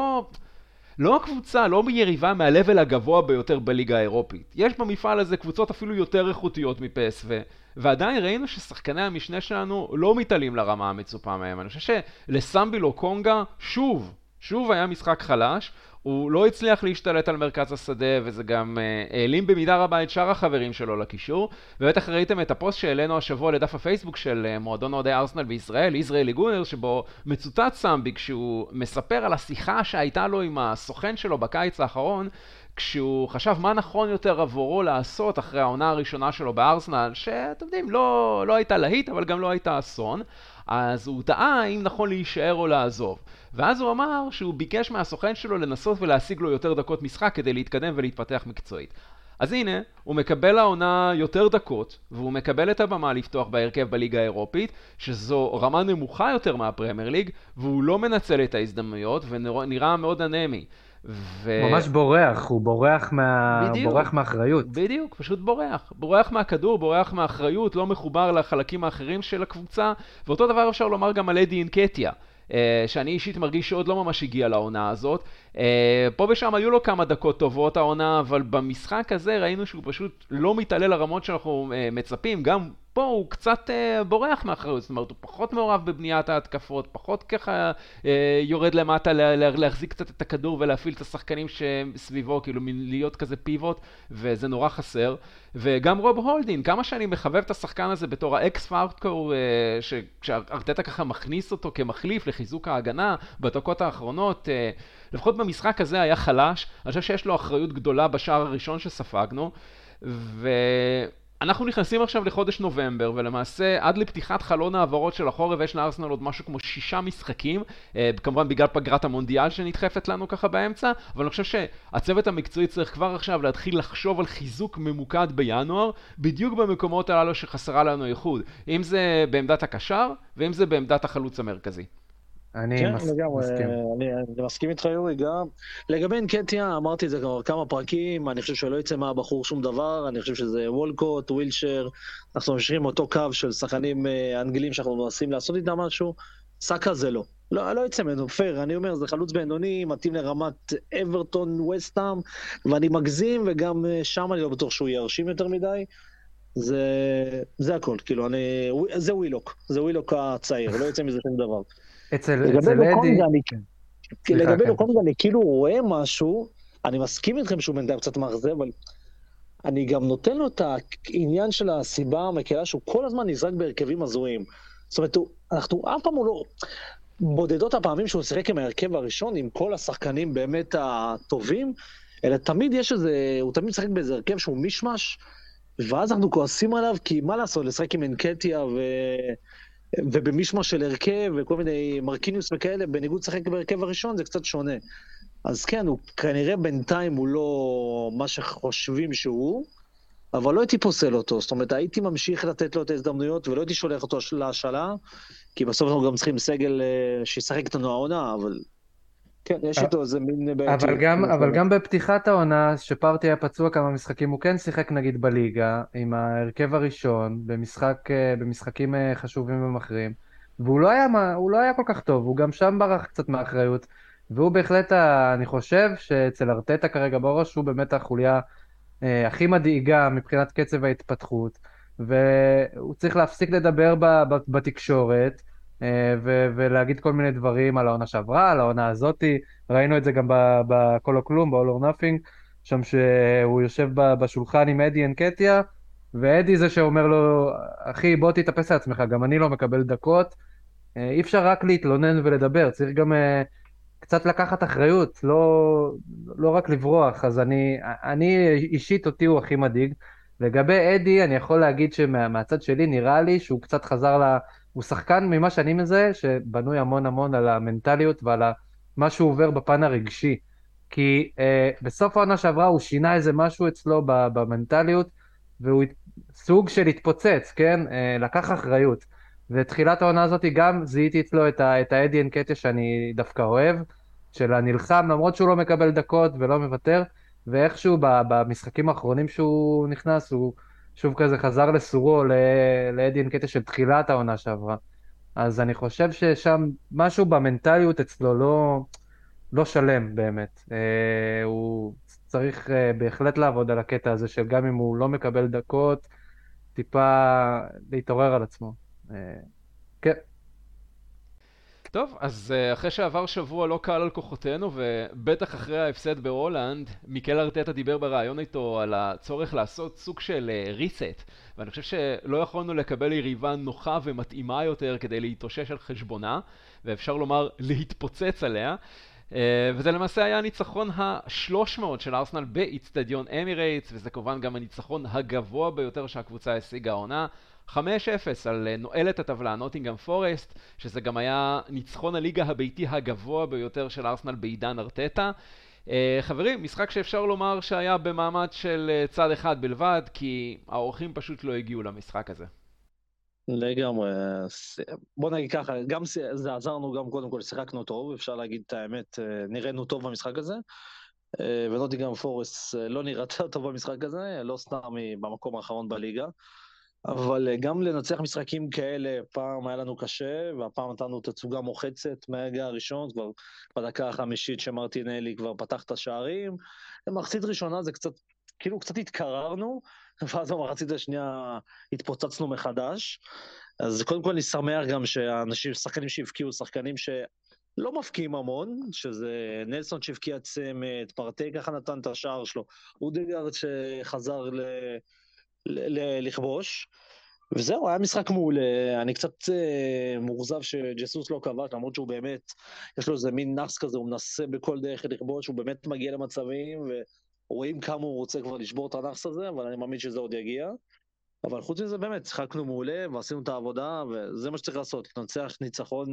לא הקבוצה, לא מיריבה מהלבל הגבוה ביותר בליגה האירופית. יש במפעל הזה קבוצות אפילו יותר איכותיות מפסו, ועדיין ראינו ששחקני המשנה שלנו לא מתעלים לרמה המצופה מהם. אני חושב שלסמביל קונגה, שוב היה משחק חלש, הוא לא הצליח להשתלט על מרכז השדה, וזה גם העלים במידה רבה את שאר החברים שלו לקישור, ובטח ראיתם את הפוסט שהעלינו השבוע לדף הפייסבוק של מועדון אוהדי ארסנל בישראל, יזרעאלי גונר, שבו מצוטט סמבי כשהוא מספר על השיחה שהייתה לו עם הסוכן שלו בקיץ האחרון, כשהוא חשב מה נכון יותר עבורו לעשות אחרי העונה הראשונה שלו בארסנל, שאתם יודעים, לא הייתה להיט, אבל גם לא הייתה אסון, אז הוא טעה אם נכון להישאר או לעזוב. ואז הוא אמר שהוא ביקש מהסוכן שלו לנסות ולהשיג לו יותר דקות משחק כדי להתקדם ולהתפתח מקצועית. אז הנה, הוא מקבל לעונה יותר דקות, והוא מקבל את הבמה לפתוח בהרכב בליגה האירופית, שזו רמה נמוכה יותר מהפרמייר ליג, והוא לא מנצל את ההזדמנויות ונראה מאוד אנמי. ממש בורח, הוא בורח מהאחריות. בדיוק, פשוט בורח מהכדור, בורח מהאחריות, לא מחובר לחלקים האחרים של הקבוצה, ואותו דבר אפשר לומר גם על אדי אנקטיה, שאני אישית מרגיש שעוד לא ממש הגיע לעונה הזאת. פה ושם היו לו כמה דקות טובות העונה, אבל במשחק הזה ראינו שהוא פשוט לא מתעלה לרמות שאנחנו מצפים, גם פה הוא קצת בורח מאחריות, זאת אומרת, הוא פחות מעורב בבניית ההתקפות, פחות ככה יורד למטה להחזיק קצת את הכדור ולהפעיל את השחקנים שסביבו, כאילו להיות כזה פיבוט, וזה נורא חסר. וגם רוב הולדין, כמה שאני מחבב את השחקן הזה בתור האקס פאקטור, שארטטה ככה מכניס אותו כמחליף לחיזוק ההגנה בדקות האחרונות, לפחות במשחק הזה היה חלש, אני חושב שיש לו אחריות גדולה בשער הראשון שספגנו, אנחנו נכנסים עכשיו לחודש נובמבר, ולמעשה עד לפתיחת חלון העברות של החורף יש לארסנל עוד משהו כמו 6 משחקים, כמובן בגלל פגרת המונדיאל שנדחפת לנו ככה באמצע, אבל אני חושב שהצוות המקצועי צריך כבר עכשיו להתחיל לחשוב על חיזוק ממוקד בינואר, בדיוק במקומות הללו שחסרה לנו איחוד, אם זה בעמדת הקשר, ואם זה בעמדת החלוץ המרכזי. אני מסכים. אני מסכים איתך יורי גם. לגבי אנקטיה, אמרתי את זה כבר כמה פרקים, אני חושב שלא יצא מהבחור שום דבר, אני חושב שזה וולקוט, ווילשר, אנחנו ממשיכים אותו קו של שחקנים אנגלים שאנחנו מנסים לעשות איתם משהו, סאקה זה לא יצא ממנו, פייר, אני אומר, זה חלוץ בינוני, מתאים לרמת אברטון, וסטהאם, ואני מגזים, וגם שם אני לא בטוח שהוא ירשים יותר מדי, זה הכל, כאילו, זה ווילוק הצעיר, לא יצא מזה שום דבר. לגבי לוקונגה אני כאילו רואה משהו, אני מסכים איתכם שהוא בינתיים קצת מאכזב, אבל אני גם נותן לו את העניין של הסיבה המקלה שהוא כל הזמן נזרק בהרכבים הזויים. זאת אומרת, אנחנו אף פעם הוא לא בודדות הפעמים שהוא שיחק עם ההרכב הראשון, עם כל השחקנים באמת הטובים, אלא תמיד יש איזה, הוא תמיד משחק באיזה הרכב שהוא מישמש, ואז אנחנו כועסים עליו, כי מה לעשות, לשחק עם אנקטיה ובמישמש של הרכב וכל מיני מרקיניוס וכאלה, בניגוד לשחק בהרכב הראשון זה קצת שונה. אז כן, הוא כנראה בינתיים הוא לא מה שחושבים שהוא, אבל לא הייתי פוסל אותו, זאת אומרת, הייתי ממשיך לתת לו את ההזדמנויות, ולא הייתי שולח אותו להשאלה, כי בסוף אנחנו גם צריכים סגל שישחק איתנו העונה, אבל כן, יש איתו איזה מין בעייתי. אבל גם בפתיחת העונה, שפרטי היה פצוע כמה משחקים, הוא כן שיחק נגיד בליגה, עם ההרכב הראשון, במשחקים חשובים ומכריעים, והוא לא היה כל כך טוב, הוא גם שם ברח קצת מהאחריות, והוא בהחלט, אני חושב שאצל ארטטה כרגע בראש, הוא באמת החוליה הכי מדאיגה מבחינת קצב ההתפתחות, והוא צריך להפסיק לדבר בתקשורת, ולהגיד כל מיני דברים על העונה שעברה, על העונה הזאת, ראינו את זה גם בכל או כלום, ב-All or Nothing, שם שהוא יושב בשולחן עם אדי אנקטיה, ואדי זה שאומר לו, אחי בוא תתאפס לעצמך, גם אני לא מקבל דקות, אי אפשר רק להתלונן ולדבר, צריך גם קצת לקחת אחריות, לא רק לברוח, אז אני אישית אותי הוא הכי מדאיג. לגבי אדי, אני יכול להגיד שמהצד שלי נראה לי שהוא קצת חזר הוא שחקן ממה שאני מזהה, שבנוי המון המון על המנטליות ועל מה שהוא עובר בפן הרגשי. כי בסוף העונה שעברה הוא שינה איזה משהו אצלו במנטליות, והוא סוג של התפוצץ, כן? לקח אחריות. ותחילת העונה הזאת גם זיהיתי אצלו את האדי אנקטיה שאני דווקא אוהב, של הנלחם, למרות שהוא לא מקבל דקות ולא מוותר, ואיכשהו במשחקים האחרונים שהוא נכנס, הוא שוב כזה חזר לסורו, לאדי אנקטיה של תחילת העונה שעברה. אז אני חושב ששם משהו במנטליות אצלו לא שלם באמת. הוא צריך בהחלט לעבוד על הקטע הזה של גם אם הוא לא מקבל דקות, טיפה להתעורר על עצמו. אה, כן. טוב, אז אחרי שעבר שבוע לא קל על כוחותינו, ובטח אחרי ההפסד בהולנד, מיקל ארטטה דיבר בריאיון איתו על הצורך לעשות סוג של reset, ואני חושב שלא יכולנו לקבל יריבה נוחה ומתאימה יותר כדי להתאושש על חשבונה, ואפשר לומר להתפוצץ עליה. וזה למעשה היה הניצחון ה-300 של ארסנל באיצטדיון אמירייטס, וזה כמובן גם הניצחון הגבוה ביותר שהקבוצה השיגה העונה. 5-0 על נועלת הטבלה נוטינגהאם פורסט, שזה גם היה ניצחון הליגה הביתי הגבוה ביותר של ארסנל בעידן ארטטה. חברים, משחק שאפשר לומר שהיה במעמד של צד אחד בלבד, כי האורחים פשוט לא הגיעו למשחק הזה. לגמרי, בוא נגיד ככה, גם זה עזרנו, גם קודם כל שיחקנו טוב, אפשר להגיד את האמת, נראינו טוב במשחק הזה, ונוטינגהאם פורסט לא נראתה טוב במשחק הזה, לא סתם במקום האחרון בליגה, אבל גם לנצח משחקים כאלה, פעם היה לנו קשה, והפעם נתנו תצוגה מוחצת מהרגע הראשון, כבר בדקה החמישית שמרטינלי כבר פתח את השערים, במחצית ראשונה זה קצת, כאילו קצת התקררנו, ואז במחצית השנייה התפוצצנו מחדש, אז קודם כל אני שמח גם שהאנשים, שחקנים שהבקיעו, שחקנים שלא מפקיעים המון, שזה נלסון שהבקיע צמד, פרטי ככה נתן את השער שלו, אודגרד שחזר לכבוש, וזהו, היה משחק מעולה, אני קצת מאוכזב שג'סוס לא כבש, למרות שהוא באמת, יש לו איזה מין נאחס כזה, הוא מנסה בכל דרך לכבוש, הוא באמת מגיע למצבים, ורואים כמה הוא רוצה כבר לשבור את הנאחס הזה, אבל אני מאמין שזה עוד יגיע. אבל חוץ מזה באמת, שחקנו מעולה, ועשינו את העבודה, וזה מה שצריך לעשות, לנצח ניצחון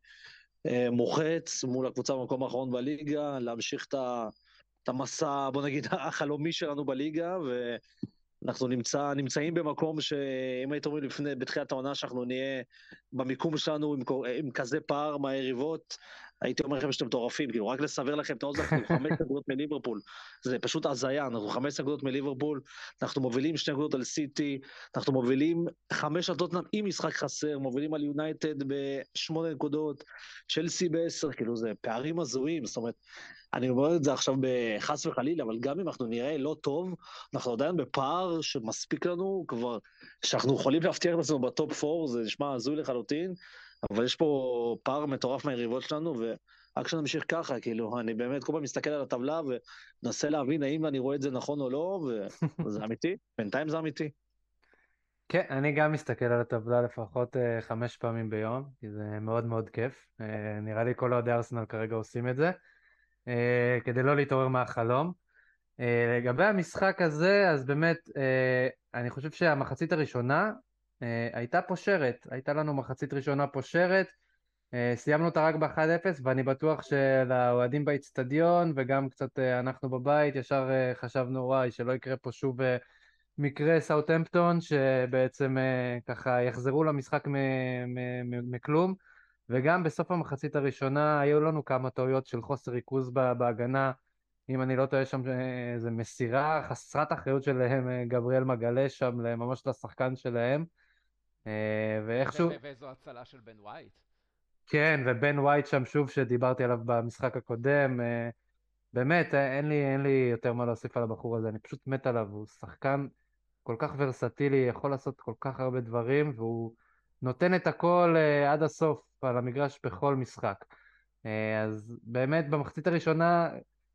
מוחץ מול הקבוצה במקום האחרון בליגה, להמשיך את המסע, בוא נגיד, החלומי שלנו בליגה, אנחנו נמצאים במקום שאם הייתם אומרים בתחילת העונה שאנחנו נהיה במיקום שלנו עם כזה פער מהיריבות, הייתי אומר לכם שאתם מטורפים, כאילו רק לסבר לכם את האוזן, אנחנו 5 נקודות מליברפול, זה פשוט הזיה, אנחנו 5 נקודות מליברפול, אנחנו מובילים 2 נקודות על סיטי, אנחנו מובילים 5 על טוטנהאם עם משחק חסר, מובילים על יונייטד ב8 נקודות, צ'לסי ב10, כאילו זה פערים הזויים, זאת אומרת, אני אומר את זה עכשיו בחס וחלילה, אבל גם אם אנחנו נראה לא טוב, אנחנו עדיין בפער שמספיק לנו כבר, שאנחנו יכולים להבטיח את עצמנו בטופ 4, זה נשמע הזוי לחלוטין, אבל יש פה פער מטורף מהיריבות שלנו, ורק שנמשיך ככה, כאילו, אני באמת כל פעם מסתכל על הטבלה, ונסה להבין האם אני רואה את זה נכון או לא, וזה אמיתי, בינתיים זה אמיתי. כן, אני גם מסתכל על הטבלה לפחות 5 פעמים ביום, כי זה מאוד מאוד כיף. נראה לי כל אוהדי ארסנל כרגע עושים את זה, כדי לא להתעורר מהחלום. לגבי המשחק הזה, אז באמת, אני חושב שהמחצית הראשונה הייתה פושרת, הייתה לנו מחצית ראשונה פושרת, סיימנו אותה רק ב-1-0, ואני בטוח שלאוהדים באצטדיון, וגם קצת אנחנו בבית, ישר חשבנו, וואי, שלא יקרה פה שוב מקרה סאות'המפטון, שבעצם ככה יחזרו למשחק מכלום, וגם בסוף המחצית הראשונה היו לנו כמה טעויות של חוסר ריכוז בהגנה, אם אני לא טועה שם איזה מסירה חסרת אחריות של גבריאל מגלש שם ממש לשחקן שלהם, ואיכשהו... ואיזו הצלה של בן ווייט. כן, ובן ווייט שם שוב שדיברתי עליו במשחק הקודם, באמת אין לי יותר מה להוסיף על הבחור הזה, אני פשוט מת עליו, הוא שחקן כל כך ורסטילי, יכול לעשות כל כך הרבה דברים, והוא נותן את הכל עד הסוף על המגרש בכל משחק. אז באמת במחצית הראשונה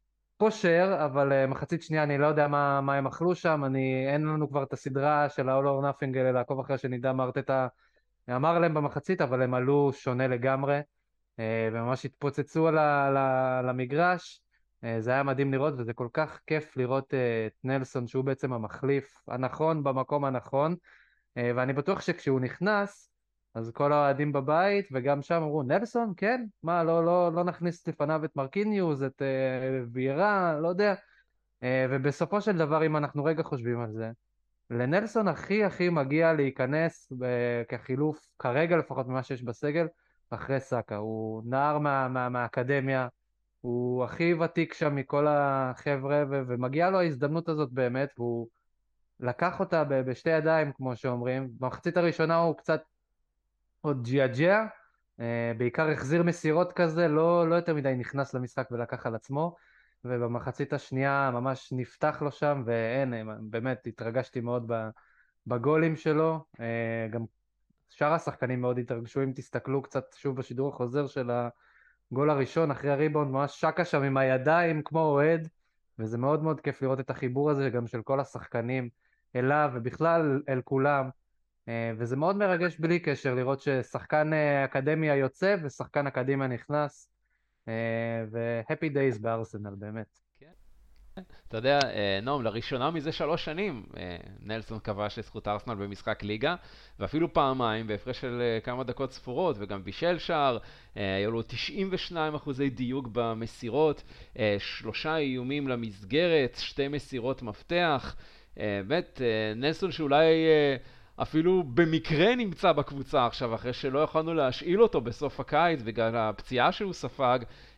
פושר, אבל מחצית שנייה אני לא יודע מה הם אכלו שם, אין לנו כבר את הסדרה של ה-all or nothing לעקוב אחרי שנדע מה ארטטה אמר להם במחצית, אבל הם עלו שונה לגמרי, וממש התפוצצו על המגרש, זה היה מדהים לראות, וזה כל כך כיף לראות את נלסון, שהוא בעצם המחליף הנכון במקום הנכון, ואני בטוח שכשהוא נכנס, אז כל האוהדים בבית, וגם שם אמרו, נלסון, כן? מה, לא נכניס לפניו את מרקיניוס, את ויירה, לא יודע. ובסופו של דבר, אם אנחנו רגע חושבים על זה, לנלסון הכי הכי מגיע להיכנס כחילוף, כרגע לפחות ממה שיש בסגל, אחרי סאקה. הוא נער מהאקדמיה, הוא הכי ותיק שם מכל החבר'ה, ומגיעה לו ההזדמנות הזאת באמת, והוא לקח אותה בשתי ידיים, כמו שאומרים. במחצית הראשונה הוא קצת עוד ג'יאג'יה, בעיקר החזיר מסירות כזה, לא יותר מדי נכנס למשחק ולקח על עצמו, ובמחצית השנייה ממש נפתח לו שם, ואין, באמת התרגשתי מאוד בגולים שלו. גם שאר השחקנים מאוד התרגשו, אם תסתכלו קצת שוב בשידור החוזר של הגול הראשון, אחרי הריבאונד ממש שקה שם עם הידיים כמו אוהד, וזה מאוד מאוד כיף לראות את החיבור הזה גם של כל השחקנים אליו, ובכלל אל כולם. וזה מאוד מרגש בלי קשר לראות ששחקן אקדמיה יוצא ושחקן אקדמיה נכנס, ו-happy days בארסנל באמת. אתה יודע, נועם, לראשונה מזה 3 שנים, נלסון כבש לזכות ארסנל במשחק ליגה, ואפילו פעמיים, בהפרש של כמה דקות ספורות, וגם בישל שער, היו לו 92% דיוק במסירות, 3 איומים למסגרת, 2 מסירות מפתח, באמת, נלסון שאולי אפילו במקרה נמצא בקבוצה עכשיו, אחרי שלא יכולנו להשאיל אותו בסוף הקיץ, בגלל הפציעה שהוא ספג,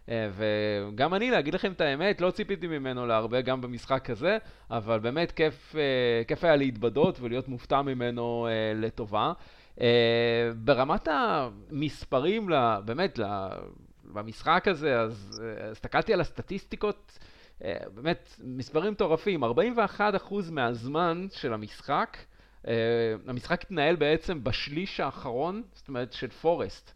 וגם אני, להגיד לכם את האמת, לא ציפיתי ממנו להרבה גם במשחק הזה, אבל באמת כיף היה להתבדות ולהיות מופתע ממנו לטובה. ברמת המספרים, באמת, במשחק הזה, אז הסתכלתי על הסטטיסטיקות, באמת, מספרים מטורפים, 41% מהזמן של המשחק, המשחק התנהל בעצם בשליש האחרון, זאת אומרת של פורסט.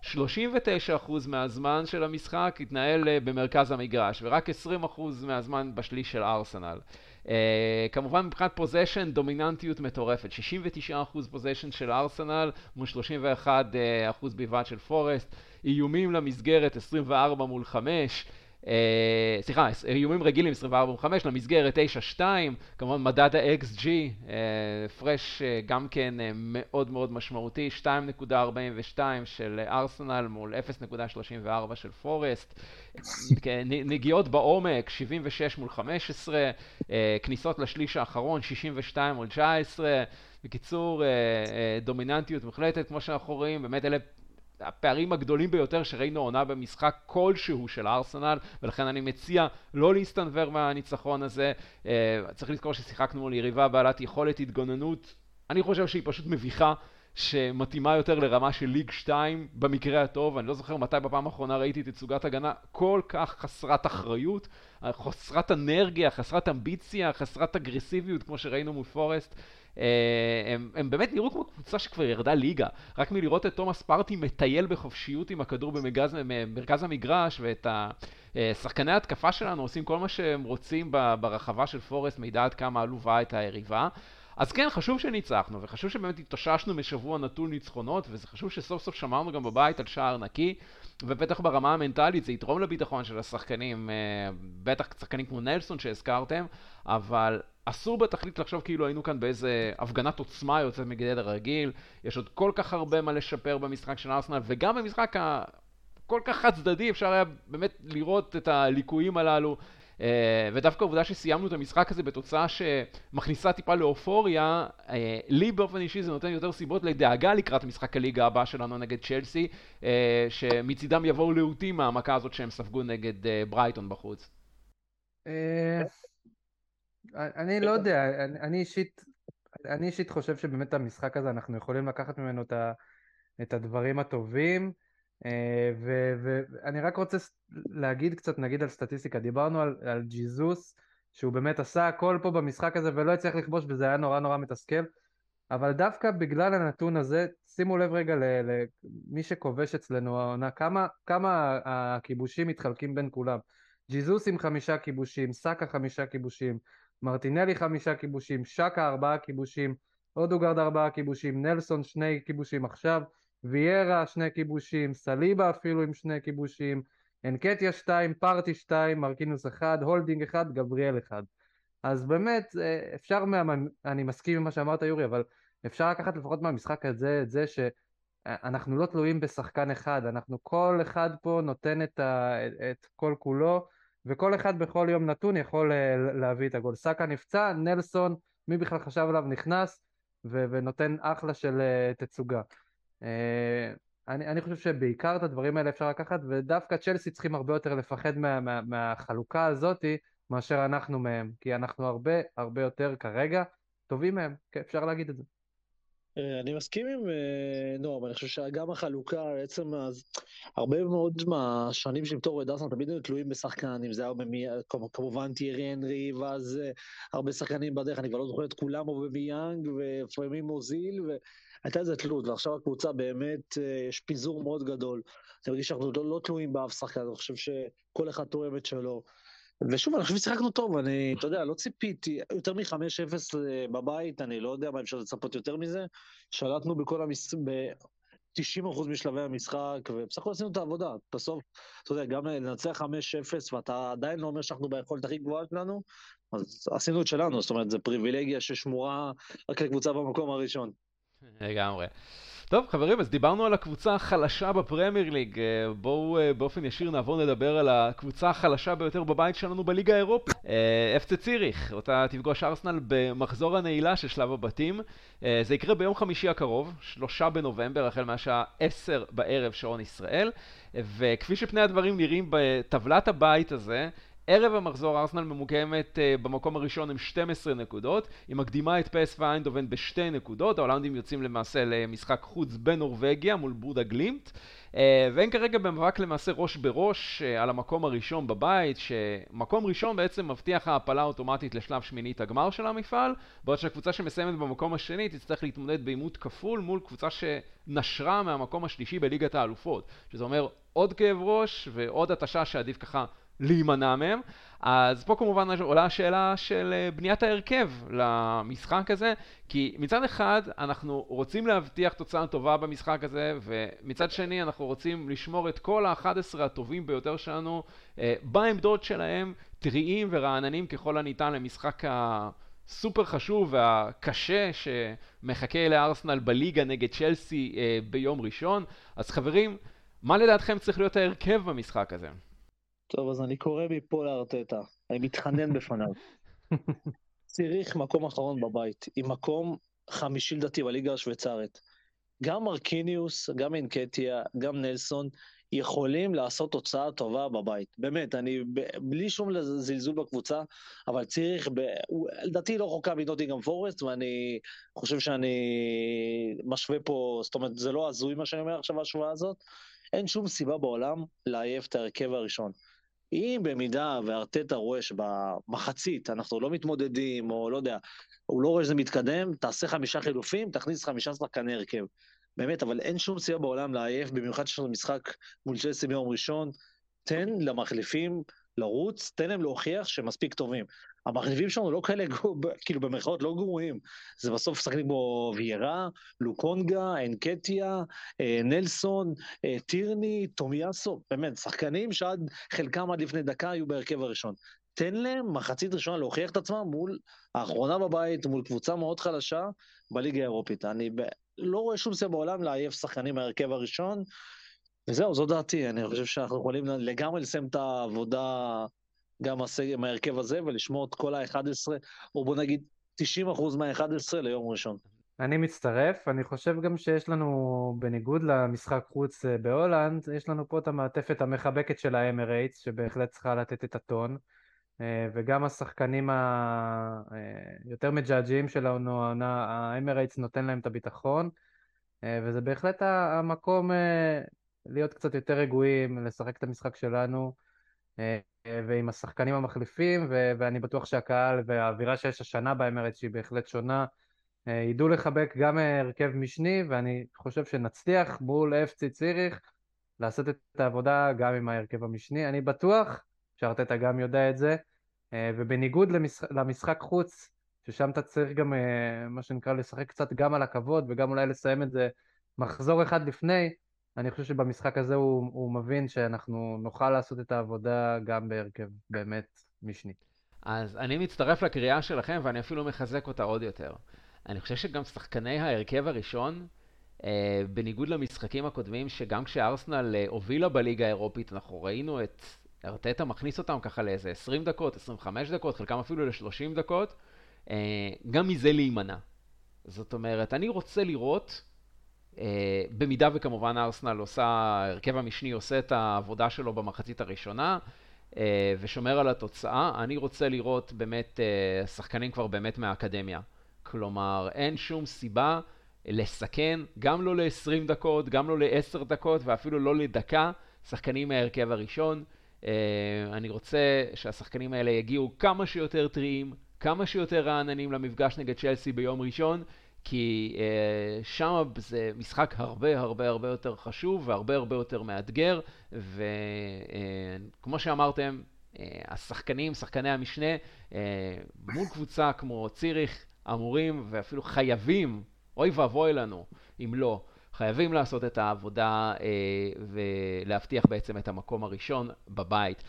39% מהזמן של המשחק התנהל במרכז המגרש, ורק 20% מהזמן בשליש של ארסנל. כמובן מבחינת פוזיישן, דומיננטיות מטורפת. 69% פוזיישן של ארסנל, מול 31% בלבד של פורסט. איומים למסגרת, 24 מול 5. סליחה, איומים רגילים 24-5, למסגרת 9-2, כמובן מדד ה-XG, פרש גם כן מאוד מאוד משמעותי, 2.42 של ארסנל מול 0.34 של פורסט, נגיעות בעומק, 76 מול 15, כניסות לשליש האחרון, 62 מול 19, בקיצור, דומיננטיות מוחלטת, כמו שאנחנו רואים, באמת אלה הפערים הגדולים ביותר שראינו עונה במשחק כלשהו של ארסנל, ולכן אני מציע לא להסתנוור מהניצחון הזה. צריך לזכור ששיחקנו מול יריבה בעלת יכולת התגוננות, אני חושב שהיא פשוט מביכה, שמתאימה יותר לרמה של ליג 2 במקרה הטוב. אני לא זוכר מתי בפעם האחרונה ראיתי תצוגת הגנה כל כך חסרת אחריות, חסרת אנרגיה, חסרת אמביציה, חסרת אגרסיביות כמו שראינו מול פורסט. הם באמת נראו כמו קבוצה שכבר ירדה ליגה. רק מלראות את תומאס פארטי מטייל בחופשיות עם הכדור במרכז המגרש, ואת שחקני ההתקפה שלנו עושים כל מה שהם רוצים ברחבה של פורסט, מידע עד כמה עלובה את היריבה. אז כן, חשוב שניצחנו, וחשוב שבאמת התאוששנו משבוע נטול ניצחונות, וזה חשוב שסוף סוף שמרנו גם בבית על שער נקי, ובטח ברמה המנטלית זה יתרום לביטחון של השחקנים, בטח שחקנים כמו נלסון שהזכרתם, אבל אסור בתכלית לחשוב כאילו היינו כאן באיזה הפגנת עוצמה יוצאת מגדר הרגיל. יש עוד כל כך הרבה מה לשפר במשחק של ארסנל, וגם במשחק כל כך חד צדדי אפשר היה באמת לראות את הליקויים הללו, ודווקא העובדה שסיימנו את המשחק הזה בתוצאה שמכניסה טיפה לאופוריה, לי באופן אישי זה נותן יותר סיבות לדאגה לקראת משחק הליגה הבא שלנו נגד צ'לסי, שמצידם יבואו להוטים מהמכה הזאת שהם ספגו נגד ברייטון בחוץ. אני לא יודע, אני אישית חושב שבאמת המשחק הזה אנחנו יכולים לקחת ממנו את הדברים הטובים, ואני רק רוצה להגיד קצת, נגיד על סטטיסטיקה, דיברנו על ג'יזוס, שהוא באמת עשה הכל פה במשחק הזה ולא הצליח לכבוש, וזה היה נורא נורא מתסכל, אבל דווקא בגלל הנתון הזה, שימו לב רגע למי שכובש אצלנו העונה, כמה הכיבושים מתחלקים בין כולם. ג'יזוס עם 5 כיבושים, סאקה 5 כיבושים, מרטינלי 5 כיבושים, שקה 4 כיבושים, אודוגרד 4 כיבושים, נלסון 2 כיבושים עכשיו, ויירה 2 כיבושים, סליבה אפילו עם 2 כיבושים, אנקטיה 2, פארטי 2, מרקינוס 1, הולדינג 1, גבריאל 1. אז באמת אפשר, אני מסכים עם מה שאמרת יורי, אבל אפשר לקחת לפחות מהמשחק הזה את זה שאנחנו לא תלויים בשחקן אחד, אנחנו כל אחד פה נותן את כל כולו, וכל אחד בכל יום נתון יכול להביא את הגול. סאקה נפצע, נלסון מי בכלל חשב עליו נכנס ונותן אחלה של תצוגה. אני חושב שבעיקר את הדברים האלה אפשר לקחת, ודווקא צ'לסי צריכים הרבה יותר לפחד מהחלוקה הזאת מאשר אנחנו מהם, כי אנחנו הרבה יותר כרגע טובים מהם, כן, אפשר להגיד את זה. אני מסכים עם נועם, אני חושב שגם החלוקה, בעצם הרבה מאוד מהשנים של ויטוריו דארסון תמיד היו תלויים בשחקן, אם זה היה כמובן טיירי הנרי, ואז הרבה שחקנים בדרך, אני כבר לא זוכר את כולם, או במיאנג, ופעמים מוזיל, והייתה איזה תלות, ועכשיו הקבוצה באמת, יש פיזור מאוד גדול. אני מרגיש שאנחנו לא תלויים באף שחקן, אני חושב שכל אחד תורם את שלו. ושוב, אני חושב ששיחקנו טוב, אתה יודע, לא ציפיתי, יותר מ-5-0 בבית, אני לא יודע מה אפשר לצפות יותר מזה, שלטנו ב-90% משלבי המשחק, ובסך הכל עשינו את העבודה, בסוף, אתה יודע, גם לנצח 5-0, ואתה עדיין לא אומר שאנחנו ביכולת הכי גבוהה שלנו, אז עשינו את שלנו, זאת אומרת, זו פריבילגיה ששמורה רק לקבוצה במקום הראשון. לגמרי. טוב, חברים, אז דיברנו על הקבוצה החלשה בפרמייר ליג. בואו באופן ישיר נעבור לדבר על הקבוצה החלשה ביותר בבית שלנו בליגה האירופית. FC ציריך, אותה תפגוש ארסנל במחזור הנעילה של שלב הבתים. זה יקרה ביום חמישי הקרוב, 3 בנובמבר, החל מהשעה 10 בערב שעון ישראל. וכפי שפני הדברים נראים בטבלת הבית הזה, ערב המחזור ארסנל ממוקמת במקום הראשון עם 12 נקודות, היא מקדימה את PSV איינדהובן ב2 נקודות, ההולנדים יוצאים למעשה למשחק חוץ בנורווגיה מול בודה גלימט, והם כרגע במאבק למעשה ראש בראש על המקום הראשון בבית, שמקום ראשון בעצם מבטיח העפלה אוטומטית לשלב שמינית הגמר של המפעל, בעוד שהקבוצה שמסיימת במקום השני תצטרך להתמודד בעימות כפול מול קבוצה שנשרה מהמקום השלישי בליגת האלופות, שזה אומר עוד כאב ראש ועוד התשה שעדיף ככה להימנע מהם. אז פה כמובן עולה השאלה של בניית ההרכב למשחק הזה, כי מצד אחד אנחנו רוצים להבטיח תוצאה טובה במשחק הזה, ומצד שני אנחנו רוצים לשמור את כל ה-11 הטובים ביותר שלנו בעמדות שלהם, טריים ורעננים ככל הניתן למשחק הסופר חשוב והקשה שמחכה לארסנל בליגה נגד צ'לסי ביום ראשון. אז חברים, מה לדעתכם צריך להיות ההרכב במשחק הזה? טוב, אז אני קורא מפה לארטטה, אני מתחנן בפניו. ציריך מקום אחרון בבית, עם מקום חמישי לדעתי בליגה השוויצרית. גם מרקיניוס, גם אנקטיה, גם נלסון, יכולים לעשות תוצאה טובה בבית. באמת, אני בלי שום זלזול בקבוצה, אבל ציריך, לדעתי לא רחוקה מנוטינגהאם פורסט, ואני חושב שאני משווה פה, זאת אומרת, זה לא הזוי מה שאני אומר עכשיו ההשוואה הזאת, אין שום סיבה בעולם לעייף את ההרכב הראשון. אם במידה וארטטה רואה שבמחצית אנחנו לא מתמודדים, או לא יודע, הוא לא רואה שזה מתקדם, תעשה 5 חילופים, תכניס 5 שחקני הרכב. באמת, אבל אין שום סיבה בעולם לעייף, במיוחד שיש לנו משחק מול צ'לסי ביום ראשון, תן למחליפים לרוץ, תן להם להוכיח שהם מספיק טובים. המחליפים שלנו לא כאלה, כאילו במרכאות לא גרועים, זה בסוף שחקנים כמו ויירה, לוקונגה, אנקטיה, נלסון, טירני, תומיאסו, באמת, שחקנים שעד חלקם עד לפני דקה היו בהרכב הראשון. תן להם מחצית ראשונה להוכיח את עצמם מול האחרונה בבית, מול קבוצה מאוד חלשה בליגה האירופית. אני לא רואה שום סיבה בעולם לעייף שחקנים מהרכב הראשון, וזהו, זו דעתי, אני חושב שאנחנו יכולים לגמרי לסיים את העבודה גם מהרכב הזה, ולשמור את כל ה-11, או בוא נגיד 90% מה-11 ליום ראשון. אני מצטרף, אני חושב גם שיש לנו, בניגוד למשחק חוץ בהולנד, יש לנו פה את המעטפת המחבקת של האמרייטס, שבהחלט צריכה לתת את הטון, וגם השחקנים היותר מג'אג'ים שלנו, האמרייטס נותן להם את הביטחון, וזה בהחלט המקום להיות קצת יותר רגועים, לשחק את המשחק שלנו, ועם השחקנים המחליפים, ואני בטוח שהקהל והאווירה שיש השנה באמרייטס שהיא בהחלט שונה, ידעו לחבק גם הרכב משני, ואני חושב שנצליח מול FC ציריך לעשות את העבודה גם עם ההרכב המשני. אני בטוח שארטטה גם יודע את זה, ובניגוד למשחק חוץ, ששם אתה צריך גם מה שנקרא לשחק קצת גם על הכבוד, וגם אולי לסיים את זה מחזור אחד לפני, אני חושב שבמשחק הזה הוא מבין שאנחנו נוכל לעשות את העבודה גם בהרכב באמת משני. אז אני מצטרף לקריאה שלכם, ואני אפילו מחזק אותה עוד יותר. אני חושב שגם שחקני ההרכב הראשון, בניגוד למשחקים הקודמים, שגם כשארסנל הובילה בליגה האירופית, אנחנו ראינו את ארטטה מכניס אותם ככה לאיזה 20 דקות, 25 דקות, חלקם אפילו ל-30 דקות, גם מזה להימנע. זאת אומרת, אני רוצה לראות, במידה וכמובן ארסנל עושה, הרכב המשני עושה את העבודה שלו במחצית הראשונה, ושומר על התוצאה, אני רוצה לראות באמת שחקנים כבר באמת מהאקדמיה. כלומר, אין שום סיבה לסכן, גם לא ל-20 דקות, גם לא ל-10 דקות, ואפילו לא לדקה, שחקנים מההרכב הראשון. אני רוצה שהשחקנים האלה יגיעו כמה שיותר טריים, כמה שיותר רעננים למפגש נגד צ'לסי ביום ראשון, כי שם זה משחק הרבה הרבה הרבה יותר חשוב והרבה הרבה יותר מאתגר, וכמו שאמרתם, השחקנים, שחקני המשנה, מול קבוצה כמו ציריך, אמורים ואפילו חייבים, אוי ואבוי לנו, אם לא, חייבים לעשות את העבודה ולהבטיח בעצם את המקום הראשון בבית.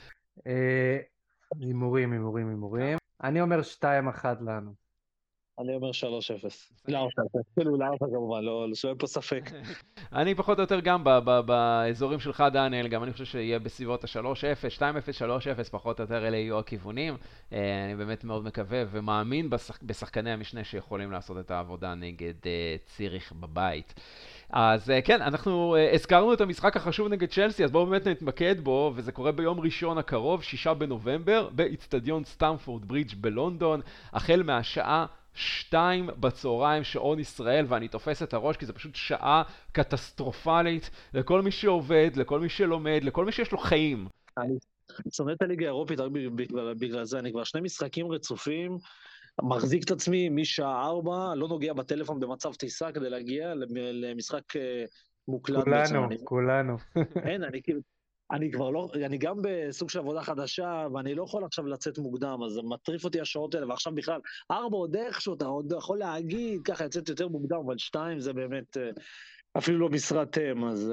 הימורים. אני אומר 2-1 לנו. אני אומר 3-0. לארסנל, כאילו לארסנל כמובן, לא שואל פה ספק. אני פחות או יותר גם באזורים שלך, דניאל, גם אני חושב שיהיה בסביבות ה-3-0, 2-0, 3-0, פחות או יותר אלה יהיו הכיוונים. אני באמת מאוד מקווה ומאמין בשחקני המשנה שיכולים לעשות את העבודה נגד ציריך בבית. אז כן, אנחנו הזכרנו את המשחק החשוב נגד צ'לסי, אז בואו באמת נתמקד בו, וזה קורה ביום ראשון הקרוב, 6 בנובמבר, באצטדיון סטמפורד ברידג' בלונדון, החל מהשעה 2 בצהריים שעון ישראל, ואני תופס את הראש כי זה פשוט שעה קטסטרופלית לכל מי שעובד, לכל מי שלומד, לכל מי שיש לו חיים. אני שונא את הליגה האירופית רק בגלל זה, אני כבר 2 משחקים רצופים, מחזיק את עצמי משעה 4, לא נוגע בטלפון במצב טיסה כדי להגיע למשחק מוקלט. כולנו. אין, אני כבר לא, אני גם בסוג של עבודה חדשה, ואני לא יכול עכשיו לצאת מוקדם, אז זה מטריף אותי השעות האלה, ועכשיו בכלל, 4 עוד איכשהו, אתה עוד יכול להגיד, ככה יצאת יותר מוקדם, אבל 2 זה באמת, אפילו לא משרת אם, אז...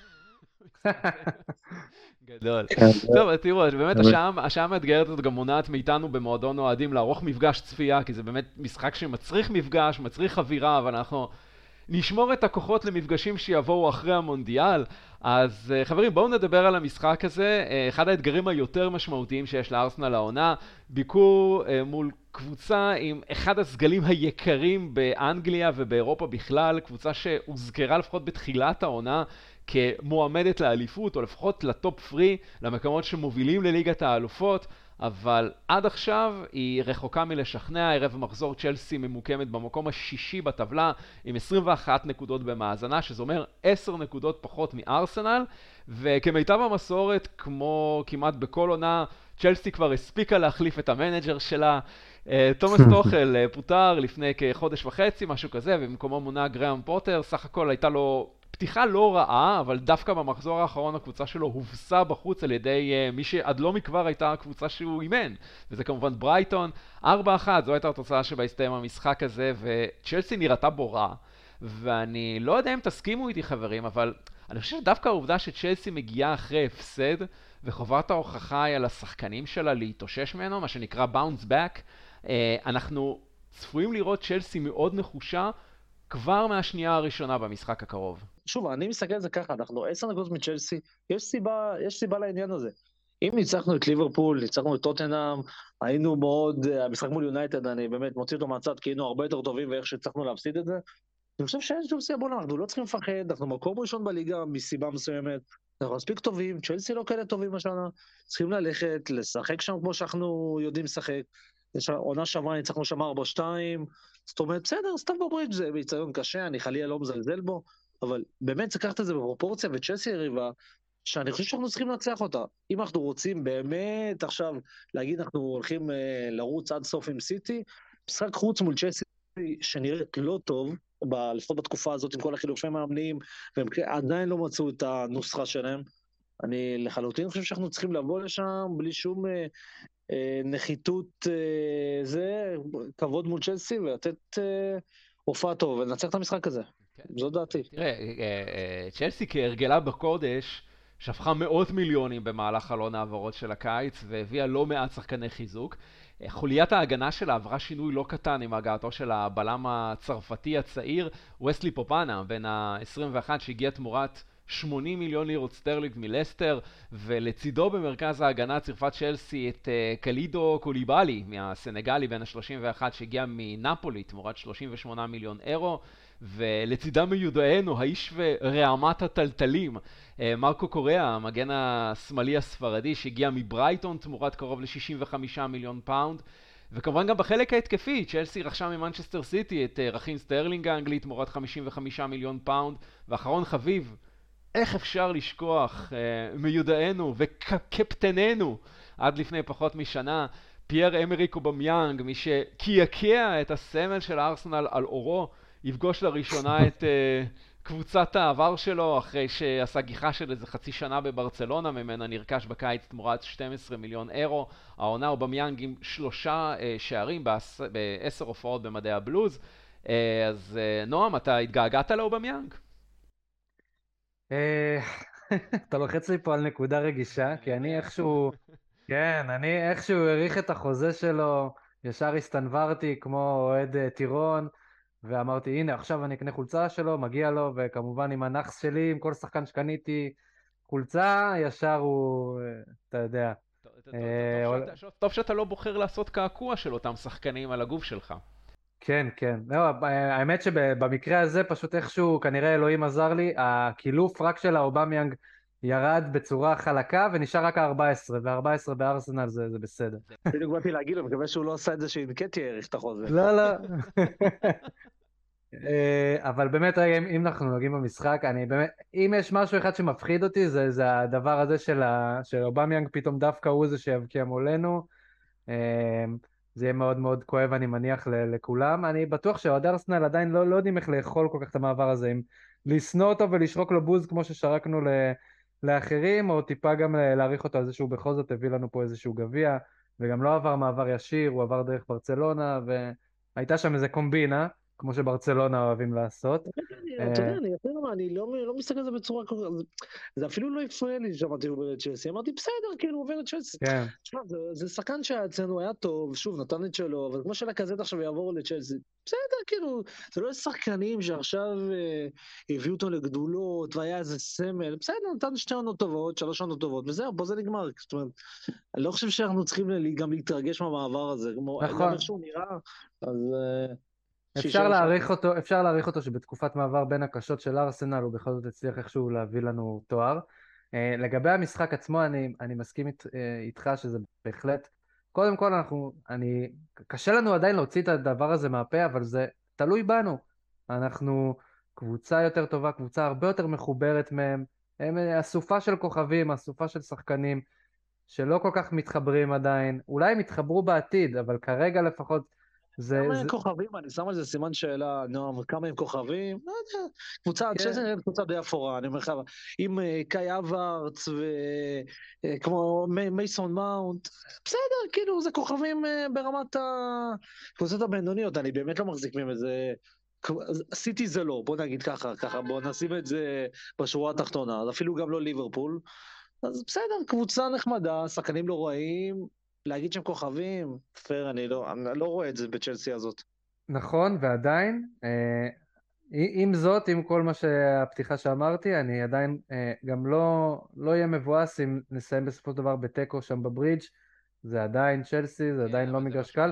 גדול. טוב, תראו, באמת השעה המאתגרת הזאת גם מונעת מאיתנו במועדון אוהדים לערוך מפגש צפייה, כי זה באמת משחק שמצריך מפגש, מצריך חבירה, אבל אנחנו נשמור את הכוחות למפגשים שיבואו אחרי המונדיאל. אז חברים, בואו נדבר על המשחק הזה. אחד האתגרים היותר משמעותיים שיש לארסנל העונה, ביקור מול קבוצה עם אחד הסגלים היקרים באנגליה ובאירופה בכלל, קבוצה שהוזכרה לפחות בתחילת העונה כמועמדת לאליפות, או לפחות לטופ פרי, למקומות שמובילים לליגת האלופות, אבל עד עכשיו היא רחוקה מלשכנע. ערב המחזור צ'לסי ממוקמת במקום השישי בטבלה, עם 21 נקודות במאזנה, שזה אומר 10 נקודות פחות מארסנל, וכמיטב המסורת, כמו כמעט בכל עונה, צ'לסי כבר הספיקה להחליף את המנג'ר שלה. תומאס טוחל פוטר לפני כחודש וחצי, משהו כזה, ובמקומו מונה גראם פוטר. סך הכל הייתה לו פתיחה לא רעה, אבל דווקא במחזור האחרון הקבוצה שלו הובסה בחוץ על ידי מי שעד לא מכבר הייתה הקבוצה שהוא אימן, וזה כמובן ברייטון. 4-1, זו הייתה התוצאה שבה הסתיים המשחק הזה, וצ'לסי נראתה בו רע. ואני לא יודע אם תסכימו איתי חברים, אבל אני חושב שדווקא העובדה שצ'לסי מגיעה אחרי הפסד, וחובת ההוכחה היא על השחקנים שלה להתאושש ממנו, מה שנקרא bounce back, אנחנו צפויים לראות צ'לסי מאוד נחושה, כבר מהשנייה הראשונה במשחק הקרוב. שוב, אני מסתכל על זה ככה, אנחנו 10 נקודות מצ'לסי, יש סיבה לעניין הזה. אם ניצחנו את ליברפול, ניצחנו את טוטנהאם, היינו מאוד, המשחק מול יונייטד, אני באמת מוציא אותו מהצד, כי היינו הרבה יותר טובים ואיך שהצלחנו להפסיד את זה. אני חושב שאין שום סיבה, אנחנו לא צריכים לפחד, אנחנו מקום ראשון בליגה מסיבה מסוימת, אנחנו מספיק טובים, צ'לסי לא כאלה טובים השנה, צריכים ללכת, לשחק שם כמו שאנחנו יודעים לשחק. עונה שעברה ניצחנו שם 4-2, זאת אומרת, בסדר, סטמפורד ברידג' זה ביציון קשה, אני חלילה לא מזלזל בו, אבל באמת לקחת את זה בפרופורציה, וצ'לסי יריבה, שאני חושב שאנחנו צריכים לנצח אותה. אם אנחנו רוצים באמת עכשיו להגיד, אנחנו הולכים לרוץ עד סוף עם סיטי, משחק חוץ מול צ'לסי שנראית לא טוב, לפחות בתקופה הזאת עם כל החילופי מאמנים, והם עדיין לא מצאו את הנוסחה שלהם. אני לחלוטין חושב שאנחנו צריכים לבוא לשם בלי שום נחיתות, זה כבוד מול צ'לסי, ולתת הופעה טוב ולנצח את המשחק הזה. זו דעתי. תראה, צ'לסי כהרגלה בקודש שפכה מאות מיליונים במהלך חלון העברות של הקיץ, והביאה לא מעט שחקני חיזוק. חוליית ההגנה שלה עברה שינוי לא קטן עם הגעתו של הבלם הצרפתי הצעיר, וסלי פופנה, בן ה-21, שהגיע תמורת 80 מיליון לירות סטרלינג מלסטר, ולצידו במרכז ההגנה צירפה צ'לסי את קלידו קוליבאלי מהסנגלי בין ה-31 שהגיע מנפולי תמורת 38 מיליון אירו, ולצידם מיודענו, האיש ורעמת הטלטלים, מרקו קוריאה, המגן השמאלי הספרדי שהגיע מברייטון תמורת קרוב ל-65 מיליון פאונד. וכמובן גם בחלק ההתקפי, צ'לסי רכשה ממנצ'סטר סיטי את רכים סטרלינג האנגלי תמורת 55 מיליון פאונד, ואחרון חביב, איך אפשר לשכוח מיודענו וקפטננו עד לפני פחות משנה, פייר אמריק אובמיאנג, מי שקעקע את הסמל של הארסנל על אורו, יפגוש לראשונה את קבוצת העבר שלו, אחרי שעשה גיחה של איזה חצי שנה בברצלונה, ממנה נרכש בקיץ תמורת 12 מיליון אירו. העונה אובמיאנג עם 3 שערים ב10 הופעות במדעי הבלוז. אז נועם, אתה התגעגעת לאובמיאנג? אתה לוחץ לי פה על נקודה רגישה, כי אני איכשהו, כן, אני איכשהו העריך את החוזה שלו, ישר הסתנברתי כמו אוהד טירון, ואמרתי, הנה, עכשיו אני אקנה חולצה שלו, מגיע לו, וכמובן עם הנכס שלי, עם כל שחקן שקניתי חולצה, ישר הוא, אתה יודע. טוב שאתה לא בוחר לעשות קעקוע של אותם שחקנים על הגוף שלך. כן, כן. לא, האמת שבמקרה הזה פשוט איכשהו, כנראה אלוהים עזר לי, הקילוף רק של האובמיאנג ירד בצורה חלקה, ונשאר רק ה-14, ו-14 בארסנל זה בסדר. בדיוק באתי להגיד לו, מקווה שהוא לא עושה את זה שאינקטי העריך את החוזה. לא, לא. אבל באמת, רגע, אם אנחנו נוגעים במשחק, אני באמת, אם יש משהו אחד שמפחיד אותי, זה הדבר הזה של אובמיאנג, פתאום דווקא הוא זה שיבקיע מולנו. זה יהיה מאוד מאוד כואב, אני מניח, לכולם. אני בטוח שאוהדי ארסנל עדיין לא יודעים איך לאכול כל כך את המעבר הזה, אם לשנוא אותו ולשרוק לו בוז כמו ששרקנו לאחרים, או טיפה גם להעריך אותו על זה שהוא בכל זאת הביא לנו פה איזשהו גביע, וגם לא עבר מעבר ישיר, הוא עבר דרך ברצלונה, והייתה שם איזה קומבינה, כמו שברצלונה אוהבים לעשות. אתה יודע, אני לא מסתכל על זה בצורה כל כך, זה אפילו לא הפריע לי שמעתי הוא בצ'לסי, אמרתי בסדר, כאילו הוא עובר לצ'לסי. תשמע, זה שחקן שאצלנו היה טוב, שוב נתן את שלו, אבל כמו שלקזט עכשיו יעבור לצ'לסי, בסדר, כאילו, זה לא שחקנים שעכשיו הביאו אותו לגדולות, והיה איזה סמל, בסדר, נתן 2 עונות טובות, 3 עונות טובות, וזהו, פה זה נגמר, זאת אומרת, אני לא חושב שאנחנו צריכים גם להתרגש מהמעבר הזה, כמו, גם איך שהוא נראה, אז... אפשר להעריך אותו שבתקופת מעבר בין הקשות של ארסנל הוא בכל זאת הצליח איכשהו להביא לנו תואר. לגבי המשחק עצמו אני מסכים איתך שזה בהחלט, קודם כל קשה לנו עדיין להוציא את הדבר הזה מהפה, אבל זה תלוי בנו. אנחנו קבוצה יותר טובה, קבוצה הרבה יותר מחוברת מהם, הם אסופה של כוכבים, אסופה של שחקנים שלא כל כך מתחברים עדיין, אולי הם יתחברו בעתיד, אבל כרגע לפחות כמה הם כוכבים? אני שם על זה סימן שאלה, נועם, כמה הם כוכבים? לא יודע, קבוצה, צ'לסי נראית קבוצה די אפורה, אני אומר לך, עם קאי אברץ וכמו מייסון מאונט, בסדר, כאילו, זה כוכבים ברמת הקבוצות הבינוניות, אני באמת לא מחזיק מהם איזה... סיטי זה לא, בוא נגיד ככה, בוא נשים את זה בשורה התחתונה, אפילו גם לא ליברפול, אז בסדר, קבוצה נחמדה, שחקנים לא רעים, להגיד שהם כוכבים, פייר, אני לא רואה את זה בצ'לסי הזאת. נכון, ועדיין, עם זאת, עם כל מה שהפתיחה שאמרתי, אני עדיין גם לא יהיה מבואס אם נסיים בסופו של דבר בטקו שם בברידג', זה עדיין צ'לסי, זה עדיין לא מגרש קל,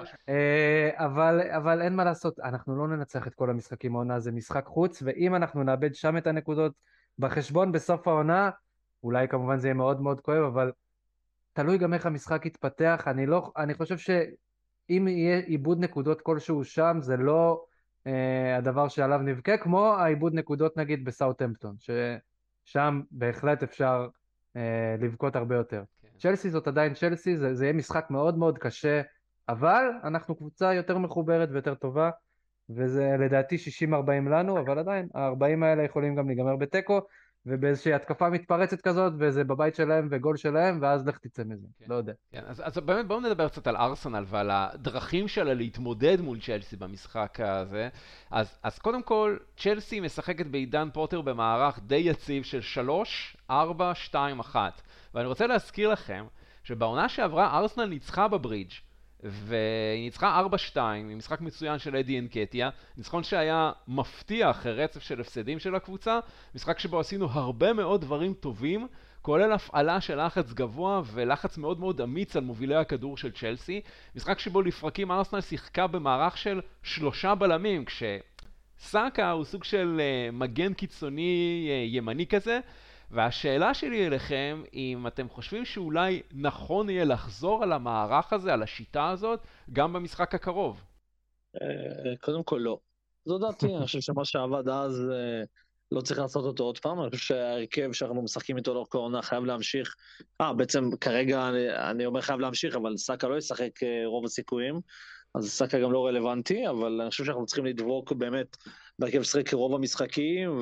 אבל אין מה לעשות, אנחנו לא ננצח את כל המשחקים העונה, זה משחק חוץ, ואם אנחנו נאבד שם את הנקודות בחשבון בסוף העונה, אולי כמובן זה יהיה מאוד מאוד כואב, אבל תלוי גם איך המשחק יתפתח, אני חושב שאם יהיה איבוד נקודות כלשהו שם, זה לא הדבר שעליו נבכה, כמו האיבוד נקודות נגיד בסאות'המפטון, ששם בהחלט אפשר לבכות הרבה יותר. צ'לסי זאת עדיין צ'לסי, זה יהיה משחק מאוד מאוד קשה, אבל אנחנו קבוצה יותר מחוברת ויותר טובה, וזה לדעתי 60-40 לנו, אבל עדיין ה-40 האלה יכולים גם להיגמר בטקו, ובאיזושהי התקפה מתפרצת כזאת, וזה בבית שלהם וגול שלהם, ואז לך תצא מזה, לא יודע. כן, אז באמת בואו נדבר קצת על ארסנל ועל הדרכים שלה להתמודד מול צ'לסי במשחק הזה. אז קודם כל, צ'לסי משחקת בעידן פוטר במערך די יציב של 3-4-2-1. ואני רוצה להזכיר לכם שבעונה שעברה ארסנל ניצחה בברידג' והיא ניצחה 4-2, משחק מצוין של אדי אנקטיה, ניצחון שהיה מבטיח רצף של הפסדים של הקבוצה, משחק שבו עשינו הרבה מאוד דברים טובים, כולל הפעלה של לחץ גבוה ולחץ מאוד מאוד אמיץ על מובילי הכדור של צ'לסי, משחק שבו לפרקים ארסנל שיחקה במערך של 3 בלמים, כשסאקה הוא סוג של מגן קיצוני ימני כזה, והשאלה שלי אליכם, אם אתם חושבים שאולי נכון יהיה לחזור על המערך הזה, על השיטה הזאת, גם במשחק הקרוב? קודם כל לא. זו דעתי, אני חושב שמה שעבד אז לא צריך לעשות אותו עוד פעם, אני חושב שההרכב שאנחנו משחקים איתו לאורך העונה חייב להמשיך, בעצם כרגע אני אומר חייב להמשיך, אבל סאקה לא ישחק רוב הסיכויים, אז סאקה גם לא רלוונטי, אבל אני חושב שאנחנו צריכים לדבוק באמת בהרכב לשחק רוב המשחקים,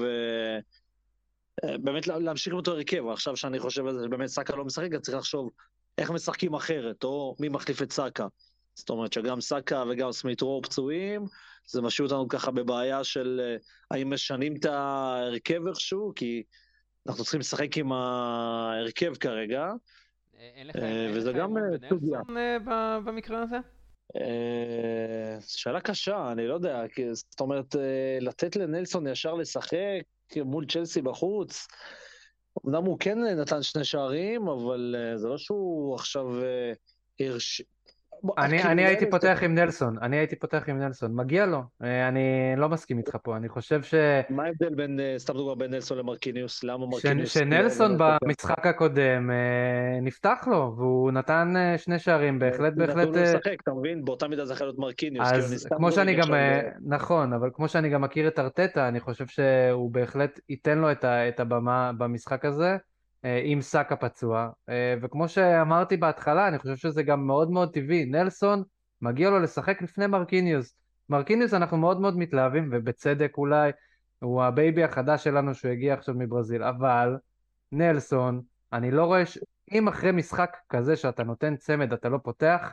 באמת להמשיך עם אותו הרכב. עכשיו שאני חושב על זה, באמת סאקה לא משחק, צריך לחשוב איך משחקים אחרת, או מי מחליף את סאקה. זאת אומרת שגם סאקה וגם סמית רו פצועים, זה משאיר אותנו ככה בבעיה של האם משנים את ההרכב איכשהו, כי אנחנו צריכים לשחק עם ההרכב כרגע. אין לך אמון בנלסון במקרה הזה? שאלה קשה, אני לא יודע, זאת אומרת, לתת לנלסון ישר לשחק מול צ'לסי בחוץ, אמנם הוא כן נתן 2 שערים, אבל זה לא שהוא עכשיו אני הייתי פותח עם נלסון, מגיע לו, אני לא מסכים איתך פה, אני חושב מה ההבדל בין, סתם דוגמה, בין נלסון למרקיניוס? למה מרקיניוס? שנלסון במשחק הקודם נפתח לו, והוא נתן 2 שערים, בהחלט. נתנו לו לשחק, אתה מבין? באותה מידה זה יכול להיות מרקיניוס. אז כמו שאני גם, נכון, אבל כמו שאני גם מכיר את ארטטה, אני חושב שהוא בהחלט ייתן לו את הבמה במשחק הזה, עם סאקה פצוע, וכמו שאמרתי בהתחלה, אני חושב שזה גם מאוד מאוד טבעי, נלסון מגיע לו לשחק לפני מרקיניוס אנחנו מאוד מאוד מתלהבים, ובצדק אולי, הוא הבייבי החדש שלנו שהוא הגיע עכשיו מברזיל, אבל נלסון, אני לא רואה אם אחרי משחק כזה שאתה נותן צמד, אתה לא פותח,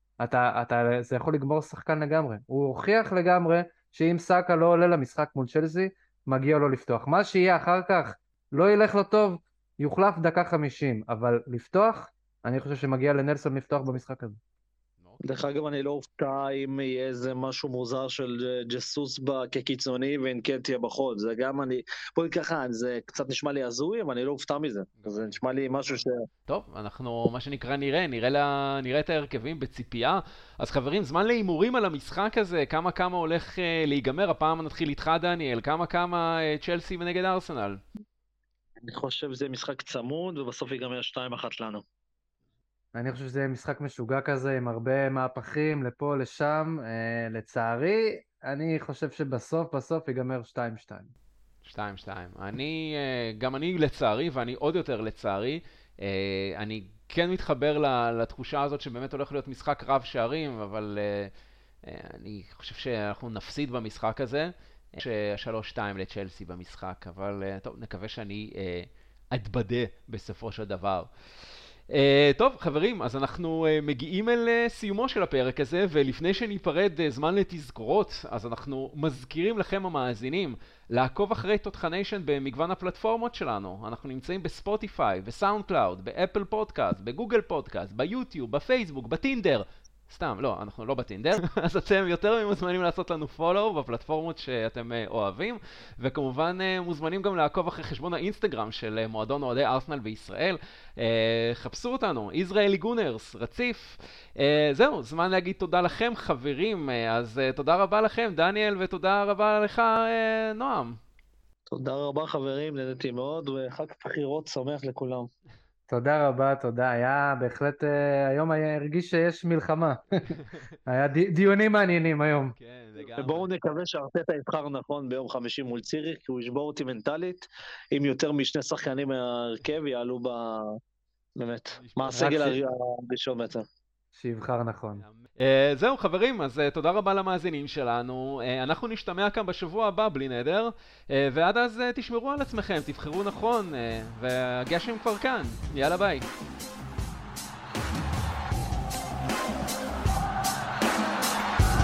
זה יכול לגמור שחקן לגמרי, הוא הוכיח לגמרי שאם סאקה לא עולה למשחק מול צ'לסי, מגיע לו לפתוח, מה שיהיה אחר כך לא ילך לו טוב, יוחלף דקה 50, אבל לפתוח, אני חושב שמגיע לנלסון לפתוח במשחק הזה. דרך אגב, אני לא אופתע אם יהיה איזה משהו מוזר של ג'סוס כקיצוני ואנקטיה בחוד, זה גם בואי ככה, זה קצת נשמע לי הזוי, אבל אני לא אופתע מזה, זה נשמע לי משהו טוב, אנחנו מה שנקרא נראה את ההרכבים בציפייה, אז חברים, זמן להימורים על המשחק הזה, כמה הולך להיגמר, הפעם נתחיל איתך דניאל, כמה צ'לסי ונגד ארסנל? אני חושב שזה משחק צמוד, ובסוף ייגמר 2-1 לנו. אני חושב שזה משחק משוגע כזה, עם הרבה מהפכים לפה, לשם. לצערי, אני חושב שבסוף ייגמר 2-2. 2-2. גם אני לצערי, ואני עוד יותר לצערי, אני כן מתחבר לתחושה הזאת שבאמת הולך להיות משחק רב שערים, אבל אני חושב שאנחנו נפסיד במשחק הזה. 3-2 לצ'לסי במשחק, אבל טוב, נקווה שאני אתבדה בסופו של דבר. טוב, חברים, אז אנחנו מגיעים אל סיומו של הפרק הזה, ולפני שניפרד זמן לתזכורות, אז אנחנו מזכירים לכם המאזינים לעקוב אחרי תותחניישן במגוון הפלטפורמות שלנו. אנחנו נמצאים בספוטיפיי, בסאונד קלאוד, באפל פודקאסט, בגוגל פודקאסט, ביוטיוב, בפייסבוק, בטינדר. סתם, לא, אנחנו לא בטינדר, אז אתם יותר מוזמנים לעשות לנו פולו בפלטפורמות שאתם אוהבים, וכמובן מוזמנים גם לעקוב אחרי חשבון האינסטגרם של מועדון אוהדי ארסנל בישראל. חפשו אותנו, ישראלי גונרס, רציף. זהו, זמן להגיד תודה לכם חברים, אז תודה רבה לכם דניאל, ותודה רבה לך נועם. תודה רבה חברים, נהניתי מאוד, וחג בחירות שמח לכולם. תודה רבה, תודה. היה בהחלט, היום הרגיש שיש מלחמה. היה דיונים מעניינים היום. כן, לגמרי. ובואו נקווה שארטטה יבחר נכון ביום חמישי מול ציריך, כי הוא ישבור אותי מנטלית, אם יותר משני שחקנים מהרכב יעלו באמת, מה הסגל הראשון בעצם. שיבחר נכון. זהו חברים, אז תודה רבה למאזינים שלנו, אנחנו נשתמע כאן בשבוע הבא בלי נדר, ועד אז תשמרו על עצמכם, תבחרו נכון, והגשם כבר כאן, יאללה ביי.